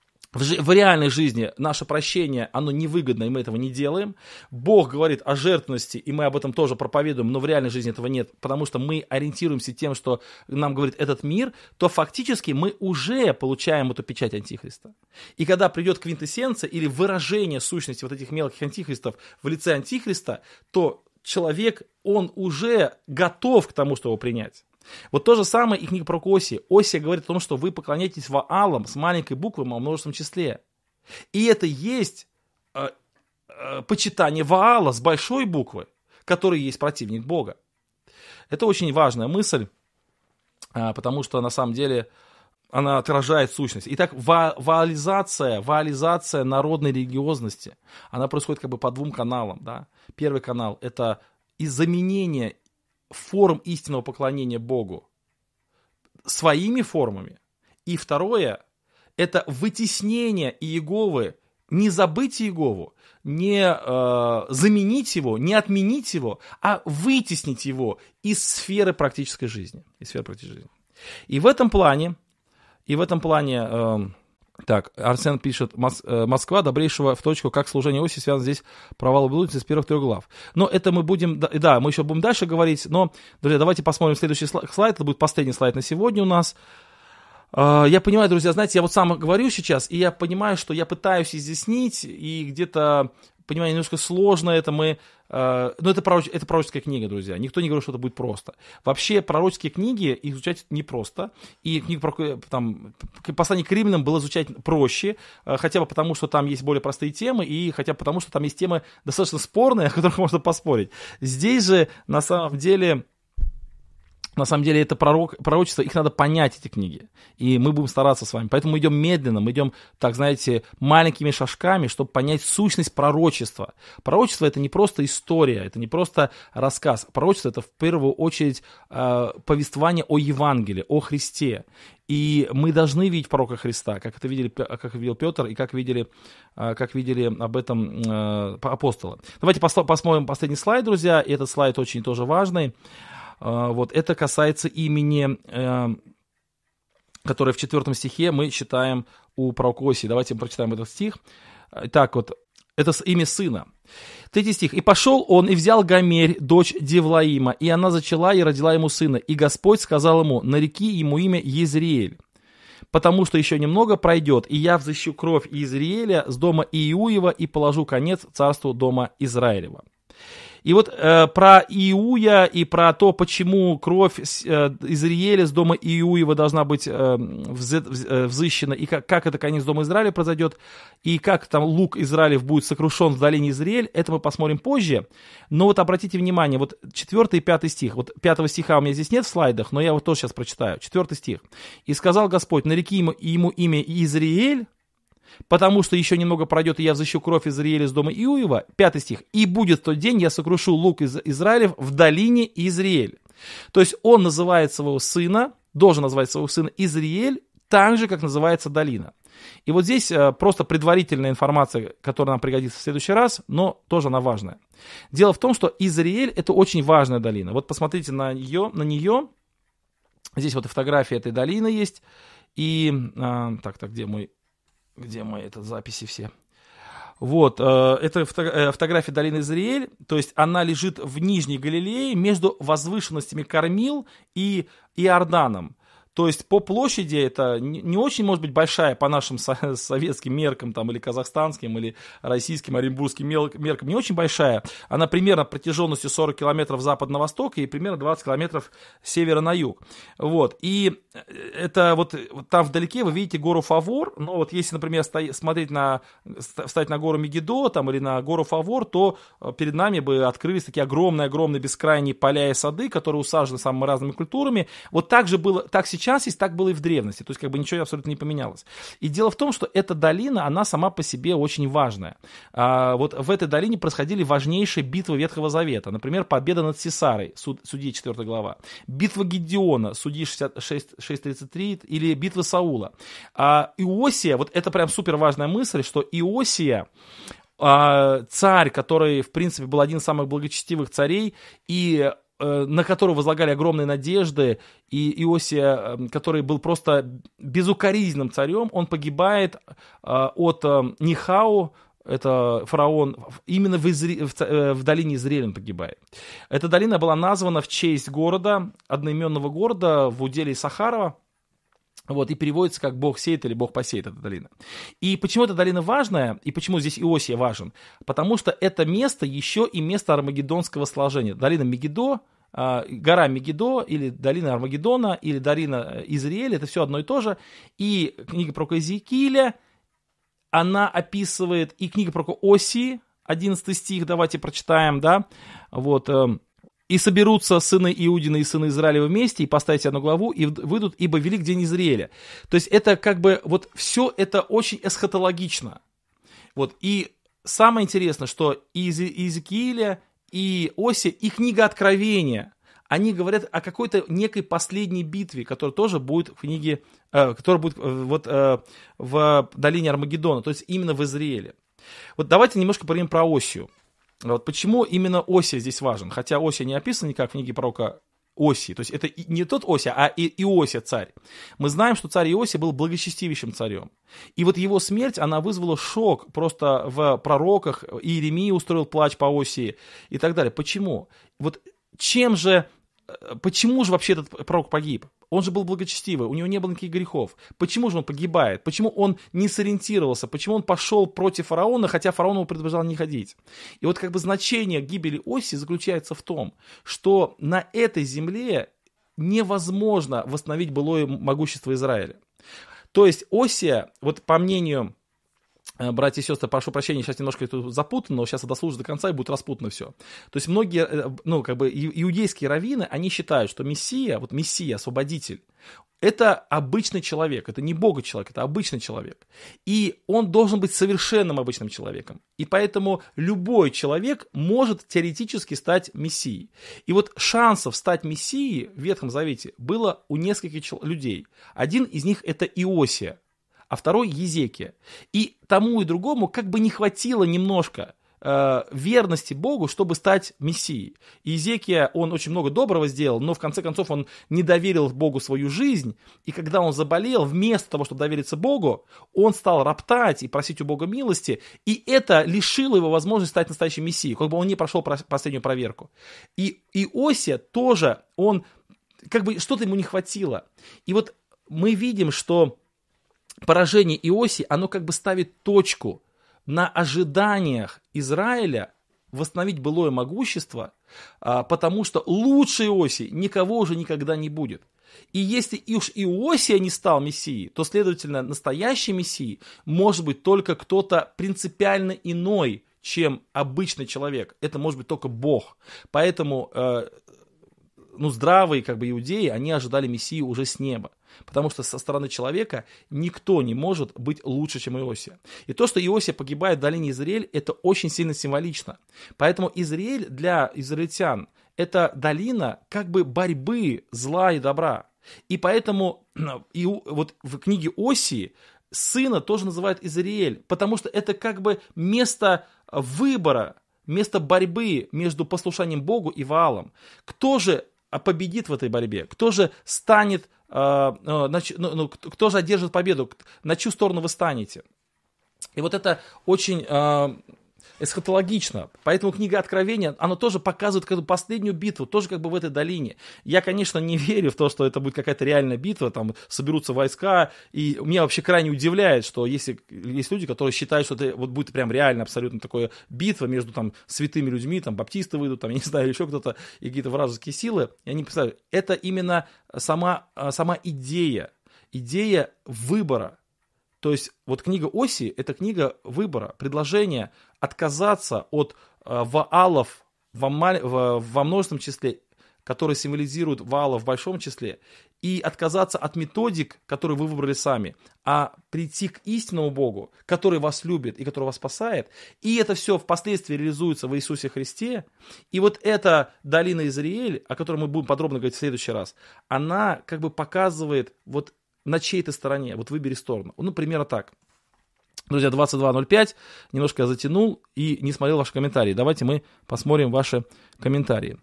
в реальной жизни наше прощение, оно невыгодно, и мы этого не делаем. Бог говорит о жертвенности, и мы об этом тоже проповедуем, но в реальной жизни этого нет, потому что мы ориентируемся тем, что нам говорит этот мир, то фактически мы уже получаем эту печать антихриста. И когда придет квинтэссенция или выражение сущности вот этих мелких антихристов в лице антихриста, то человек, он уже готов к тому, чтобы его принять. Вот то же самое и книга пророка Осии. Осия говорит о том, что вы поклоняетесь Ваалам с маленькой буквы во множественном числе. И это есть почитание Ваала с большой буквы, который есть противник Бога. Это очень важная мысль, потому что на самом деле она отражает сущность. Итак, ваализация народной религиозности, она происходит как бы по двум каналам. Да? Первый канал – это заменение форм истинного поклонения Богу своими формами. И второе – это вытеснение Иеговы, не забыть Иегову, не заменить его, не отменить его, а вытеснить его из сферы практической жизни. И в этом плане, так, Арсен пишет, Москва добрейшего в точку, как служение Оси связано здесь провал блудницы из первых 3 глав. Но это мы будем, да, мы еще будем дальше говорить, но, друзья, давайте посмотрим следующий слайд, это будет последний слайд на сегодня у нас. Я понимаю, друзья, знаете, я вот сам говорю сейчас, и я понимаю, что я пытаюсь изъяснить, и где-то, понимаю, немножко сложно это но это пророческая книга, друзья. Никто не говорит, что это будет просто. Вообще, пророческие книги изучать непросто, и послание к римлянам было изучать проще, хотя бы потому, что там есть более простые темы, и хотя бы потому, что там есть темы достаточно спорные, о которых можно поспорить. Здесь же, на самом деле, это пророчество, их надо понять, эти книги. И мы будем стараться с вами. Поэтому мы идем медленно, мы идем, так знаете, маленькими шажками, чтобы понять сущность пророчества. Пророчество — это не просто история, это не просто рассказ. Пророчество — это в первую очередь повествование о Евангелии, о Христе. И мы должны видеть пророка Христа, как видел Петр и как видели об этом апостолы. Давайте посмотрим последний слайд, друзья. И этот слайд очень тоже важный. Вот, это касается имени, которое в 4 стихе мы читаем у пророка Осии. Давайте прочитаем этот стих. Итак, вот, это имя сына. 3 стих. «И пошел он, и взял Гомерь, дочь Девлаима, и она зачала и родила ему сына. И Господь сказал ему, нареки ему имя Езриэль, потому что еще немного пройдет, и я взыщу кровь Иезриэля с дома Иуева и положу конец царству дома Израилева». И вот про Иуя и про то, почему кровь Изриэля с дома Иуева должна быть взыщена, и как это конец дома Израиля произойдет, и как там лук Израилев будет сокрушен в долине Израиль, это мы посмотрим позже. Но вот обратите внимание, вот 4 и 5 стих, вот 5 стиха у меня здесь нет в слайдах, но я вот тоже сейчас прочитаю. 4 стих. «И сказал Господь, нареки ему имя Изриэль, потому что еще немного пройдет, и я взыщу кровь Израиля с дома Иуева». 5 стих. «И будет в тот день, я сокрушу лук Израилев в долине Израиль». То есть он называет своего сына, должен назвать своего сына Израиль, так же, как называется долина. И вот здесь просто предварительная информация, которая нам пригодится в следующий раз, но тоже она важная. Дело в том, что Израиль — это очень важная долина. Вот посмотрите на нее. Здесь вот и фотография этой долины есть. И, где мои записи все? Вот, это фотография долины Израиль, то есть она лежит в Нижней Галилее между возвышенностями Кормил и Иорданом. То есть по площади это не очень, может быть, большая по нашим советским меркам, там, или казахстанским, или российским, оренбургским меркам, не очень большая. Она примерно протяженностью 40 километров запад на восток и примерно 20 километров с севера на юг. Вот. И это вот там вдалеке вы видите гору Фавор, но вот если, например, встать на гору Мегидо там, или на гору Фавор, то перед нами бы открылись такие огромные бескрайние поля и сады, которые усажены самыми разными культурами. Вот так же было, так сейчас есть, так было и в древности, то есть как бы ничего абсолютно не поменялось. И дело в том, что эта долина, она сама по себе очень важная. Вот в этой долине происходили важнейшие битвы Ветхого Завета, например, победа над Сисарой, Судьи 4 глава, битва Гедеона, Судьи 6:33, или битва Саула. Иосия, вот это прям супер важная мысль, что Иосия, царь, который, в принципе, был один из самых благочестивых царей, и на которого возлагали огромные надежды, и Иосия, который был просто безукоризненным царем, он погибает от Нихау, это фараон, именно в долине Израиля он погибает. Эта долина была названа в честь города, одноименного города в уделе Сахарова. Вот, и переводится как «Бог сеет» или «Бог посеет» эта долина. И почему эта долина важная, и почему здесь Иосия важен? Потому что это место еще и место армагеддонского сложения. Долина Мегидо, гора Мегидо, или долина Армагеддона, или долина Израиля, это все одно и то же. И книга пророка Иезекииля, она описывает, и книга пророка Осии, 11 стих, давайте прочитаем, да, вот, «И соберутся сыны Иудины и сыны Израиля вместе, и поставите одну главу, и выйдут, ибо велик день Израиля». То есть это как бы, вот все это очень эсхатологично. Вот, и самое интересное, что и Иезекииля, и Осия, и книга Откровения, они говорят о какой-то некой последней битве, которая тоже будет в книге, которая будет вот в долине Армагеддона, то есть именно в Израиле. Вот давайте немножко поговорим про Осию. Вот почему именно Осия здесь важен? Хотя Осия не описана никак в книге пророка Осии. То есть это не тот Осия, а Иосия царь. Мы знаем, что царь Иосия был благочестивейшим царем. И вот его смерть, она вызвала шок просто в пророках. Иеремия устроил плач по Осии и так далее. Почему? Вот почему же вообще этот пророк погиб? Он же был благочестивый, у него не было никаких грехов. Почему же он погибает? Почему он не сориентировался? Почему он пошел против фараона, хотя фараон его предупреждал не ходить? И вот как бы значение гибели Осии заключается в том, что на этой земле невозможно восстановить былое могущество Израиля. То есть Осия, вот по мнению... Братья и сестры, прошу прощения, сейчас немножко это запутано, но сейчас я дослушаю до конца, и будет распутано все. То есть многие, иудейские раввины, они считают, что Мессия, Освободитель, это обычный человек, это не Бога человек, это обычный человек. И он должен быть совершенным обычным человеком. И поэтому любой человек может теоретически стать Мессией. И вот шансов стать Мессией в Ветхом Завете было у нескольких людей. Один из них это Иосия, а второй Езекия. И тому и другому как бы не хватило немножко верности Богу, чтобы стать Мессией. Езекия, он очень много доброго сделал, но в конце концов он не доверил Богу свою жизнь, и когда он заболел, вместо того, чтобы довериться Богу, он стал роптать и просить у Бога милости, и это лишило его возможности стать настоящим Мессией, как бы он не прошел последнюю проверку. И Иосия тоже, он как бы что-то ему не хватило. И вот мы видим, что поражение Иосии, оно как бы ставит точку на ожиданиях Израиля восстановить былое могущество, потому что лучше Иосии никого уже никогда не будет. И если уж Иосия не стал Мессией, то, следовательно, настоящий Мессией может быть только кто-то принципиально иной, чем обычный человек. Это может быть только Бог. Поэтому здравые как бы иудеи, они ожидали Мессии уже с неба. Потому что со стороны человека никто не может быть лучше, чем Иосия. И то, что Иосия погибает в долине Израиль, это очень сильно символично. Поэтому Израиль для израильтян это долина как бы борьбы зла и добра. И поэтому вот в книге Осии сына тоже называют Израиль, потому что это как бы место выбора, место борьбы между послушанием Богу и Ваалом. Кто же победит в этой борьбе? Кто же станет, кто же одержит победу? На чью сторону вы станете? И вот это очень эсхатологично. Поэтому книга Откровения, она тоже показывает как бы последнюю битву, тоже как бы в этой долине. Я, конечно, не верю в то, что это будет какая-то реальная битва, там соберутся войска, и меня вообще крайне удивляет, что если есть люди, которые считают, что это вот будет прям реально абсолютно такое битва между там святыми людьми, там баптисты выйдут, там, я не знаю, еще кто-то, и какие-то вражеские силы, я не представляю. Это именно сама идея выбора. То есть вот книга Осии – это книга выбора, предложения отказаться от Ваалов во множественном числе, которые символизируют Ваала в большом числе, и отказаться от методик, которые вы выбрали сами, а прийти к истинному Богу, который вас любит и который вас спасает. И это все впоследствии реализуется в Иисусе Христе. И вот эта долина Израиль, о которой мы будем подробно говорить в следующий раз, она как бы показывает вот на чьей-то стороне, вот выбери сторону. Ну, примерно так. Друзья, 22:05, немножко я затянул и не смотрел ваши комментарии. Давайте мы посмотрим ваши комментарии.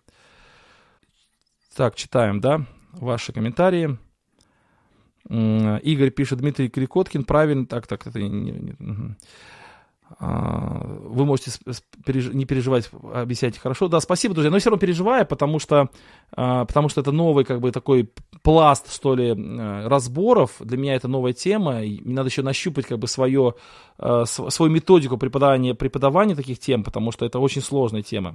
Так, читаем, да, ваши комментарии. Игорь пишет, Дмитрий Крикоткин, правильно, так, это не. Вы можете не переживать, объясняйте хорошо. Да, спасибо, друзья, но я все равно переживаю, потому что это новый, как бы, такой пласт, что ли, разборов. Для меня это новая тема, и мне надо еще нащупать, как бы, свою методику преподавания таких тем, потому что это очень сложная тема.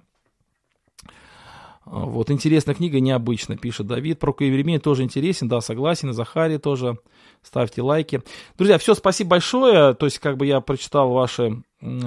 Вот, интересная книга, необычно, пишет Давид. Про Еремея тоже интересен, да, согласен, и Захарий тоже. Ставьте лайки. Друзья, все, спасибо большое. То есть, как бы я прочитал ваши...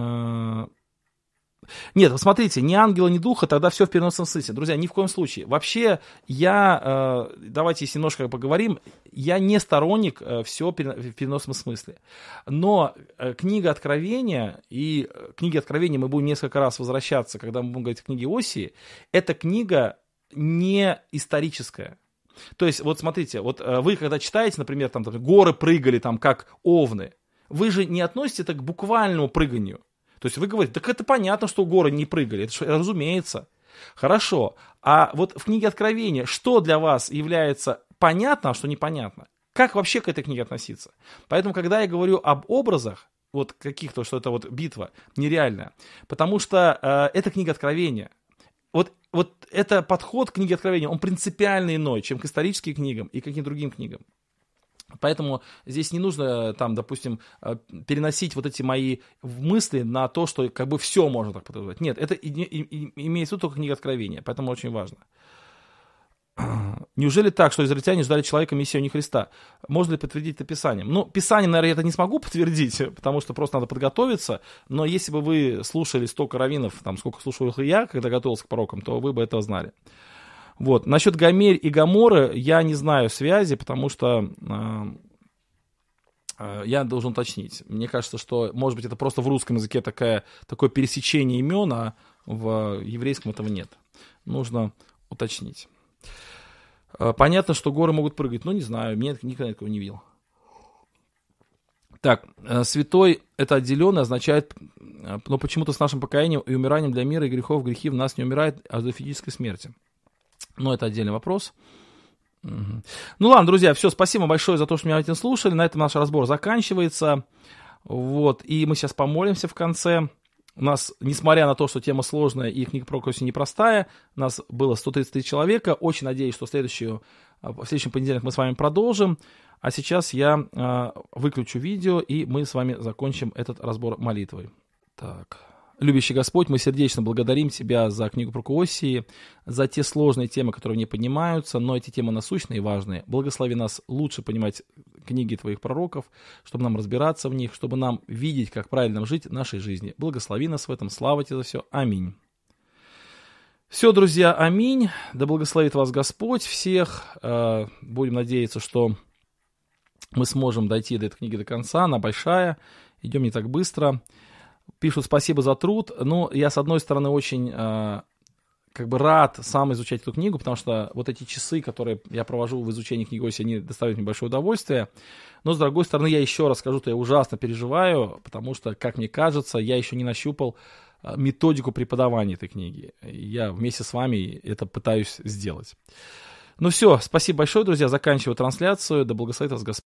Нет, смотрите, ни ангела, ни духа, тогда все в переносном смысле. Друзья, ни в коем случае. Вообще, давайте если немножко поговорим, я не сторонник все в переносном смысле. Но книга Откровения, и книги Откровения мы будем несколько раз возвращаться, когда мы будем говорить о книге Осии, эта книга не историческая. То есть, вот смотрите, вот вы когда читаете, например, там горы прыгали там как овны, вы же не относите это к буквальному прыганию. То есть вы говорите, так это понятно, что горы не прыгали, это разумеется. Хорошо, а вот в книге Откровения, что для вас является понятно, а что непонятно? Как вообще к этой книге относиться? Поэтому, когда я говорю об образах, вот каких-то, что это вот битва нереальная, потому что это книга Откровения. Вот это подход к книге Откровения, он принципиально иной, чем к историческим книгам и к каким-то другим книгам. Поэтому здесь не нужно, там, допустим, переносить вот эти мои мысли на то, что как бы все можно так подразумевать. Нет, это имеется в виду только книга Откровения, поэтому очень важно. Неужели так, что израильтяне ждали человека, мессию, а не Христа? Можно ли подтвердить это Писанием? Ну, Писанием, наверное, я это не смогу подтвердить, потому что просто надо подготовиться, но если бы вы слушали столько раввинов, там, сколько слушал их я, когда готовился к пророкам, то вы бы это знали. Вот. Насчет Гомер и Гоморры я не знаю связи, потому что я должен уточнить. Мне кажется, что, может быть, это просто в русском языке такое пересечение имен, а в еврейском этого нет. Нужно уточнить. Понятно, что горы могут прыгать, но не знаю, я никогда такого не видел. Так, святой это отделенный означает, но почему-то с нашим покаянием и умиранием для мира и грехов грехи в нас не умирают, а до физической смерти. Но это отдельный вопрос. Угу. Ну ладно, друзья, все, спасибо большое за то, что меня этим слушали. На этом наш разбор заканчивается. Вот, и мы сейчас помолимся в конце. У нас, несмотря на то, что тема сложная и книга про Осию непростая, у нас было 133 человека. Очень надеюсь, что в следующем понедельник мы с вами продолжим. А сейчас я выключу видео, и мы с вами закончим этот разбор молитвой. Так. Любящий Господь, мы сердечно благодарим Тебя за книгу про Осии, за те сложные темы, которые в ней поднимаются, но эти темы насущные и важные. Благослови нас лучше понимать книги Твоих пророков, чтобы нам разбираться в них, чтобы нам видеть, как правильно жить в нашей жизни. Благослови нас в этом. Слава Тебе за все. Аминь. Все, друзья, аминь. Да благословит вас Господь всех. Будем надеяться, что мы сможем дойти до этой книги до конца. Она большая. Идем не так быстро. Пишут спасибо за труд. Ну, я, с одной стороны, очень рад сам изучать эту книгу, потому что вот эти часы, которые я провожу в изучении книги Осии, они доставляют мне большое удовольствие. Но, с другой стороны, я еще раз скажу, что я ужасно переживаю, потому что, как мне кажется, я еще не нащупал методику преподавания этой книги. Я вместе с вами это пытаюсь сделать. Ну все, спасибо большое, друзья. Заканчиваю трансляцию. Да благословит вас Господь.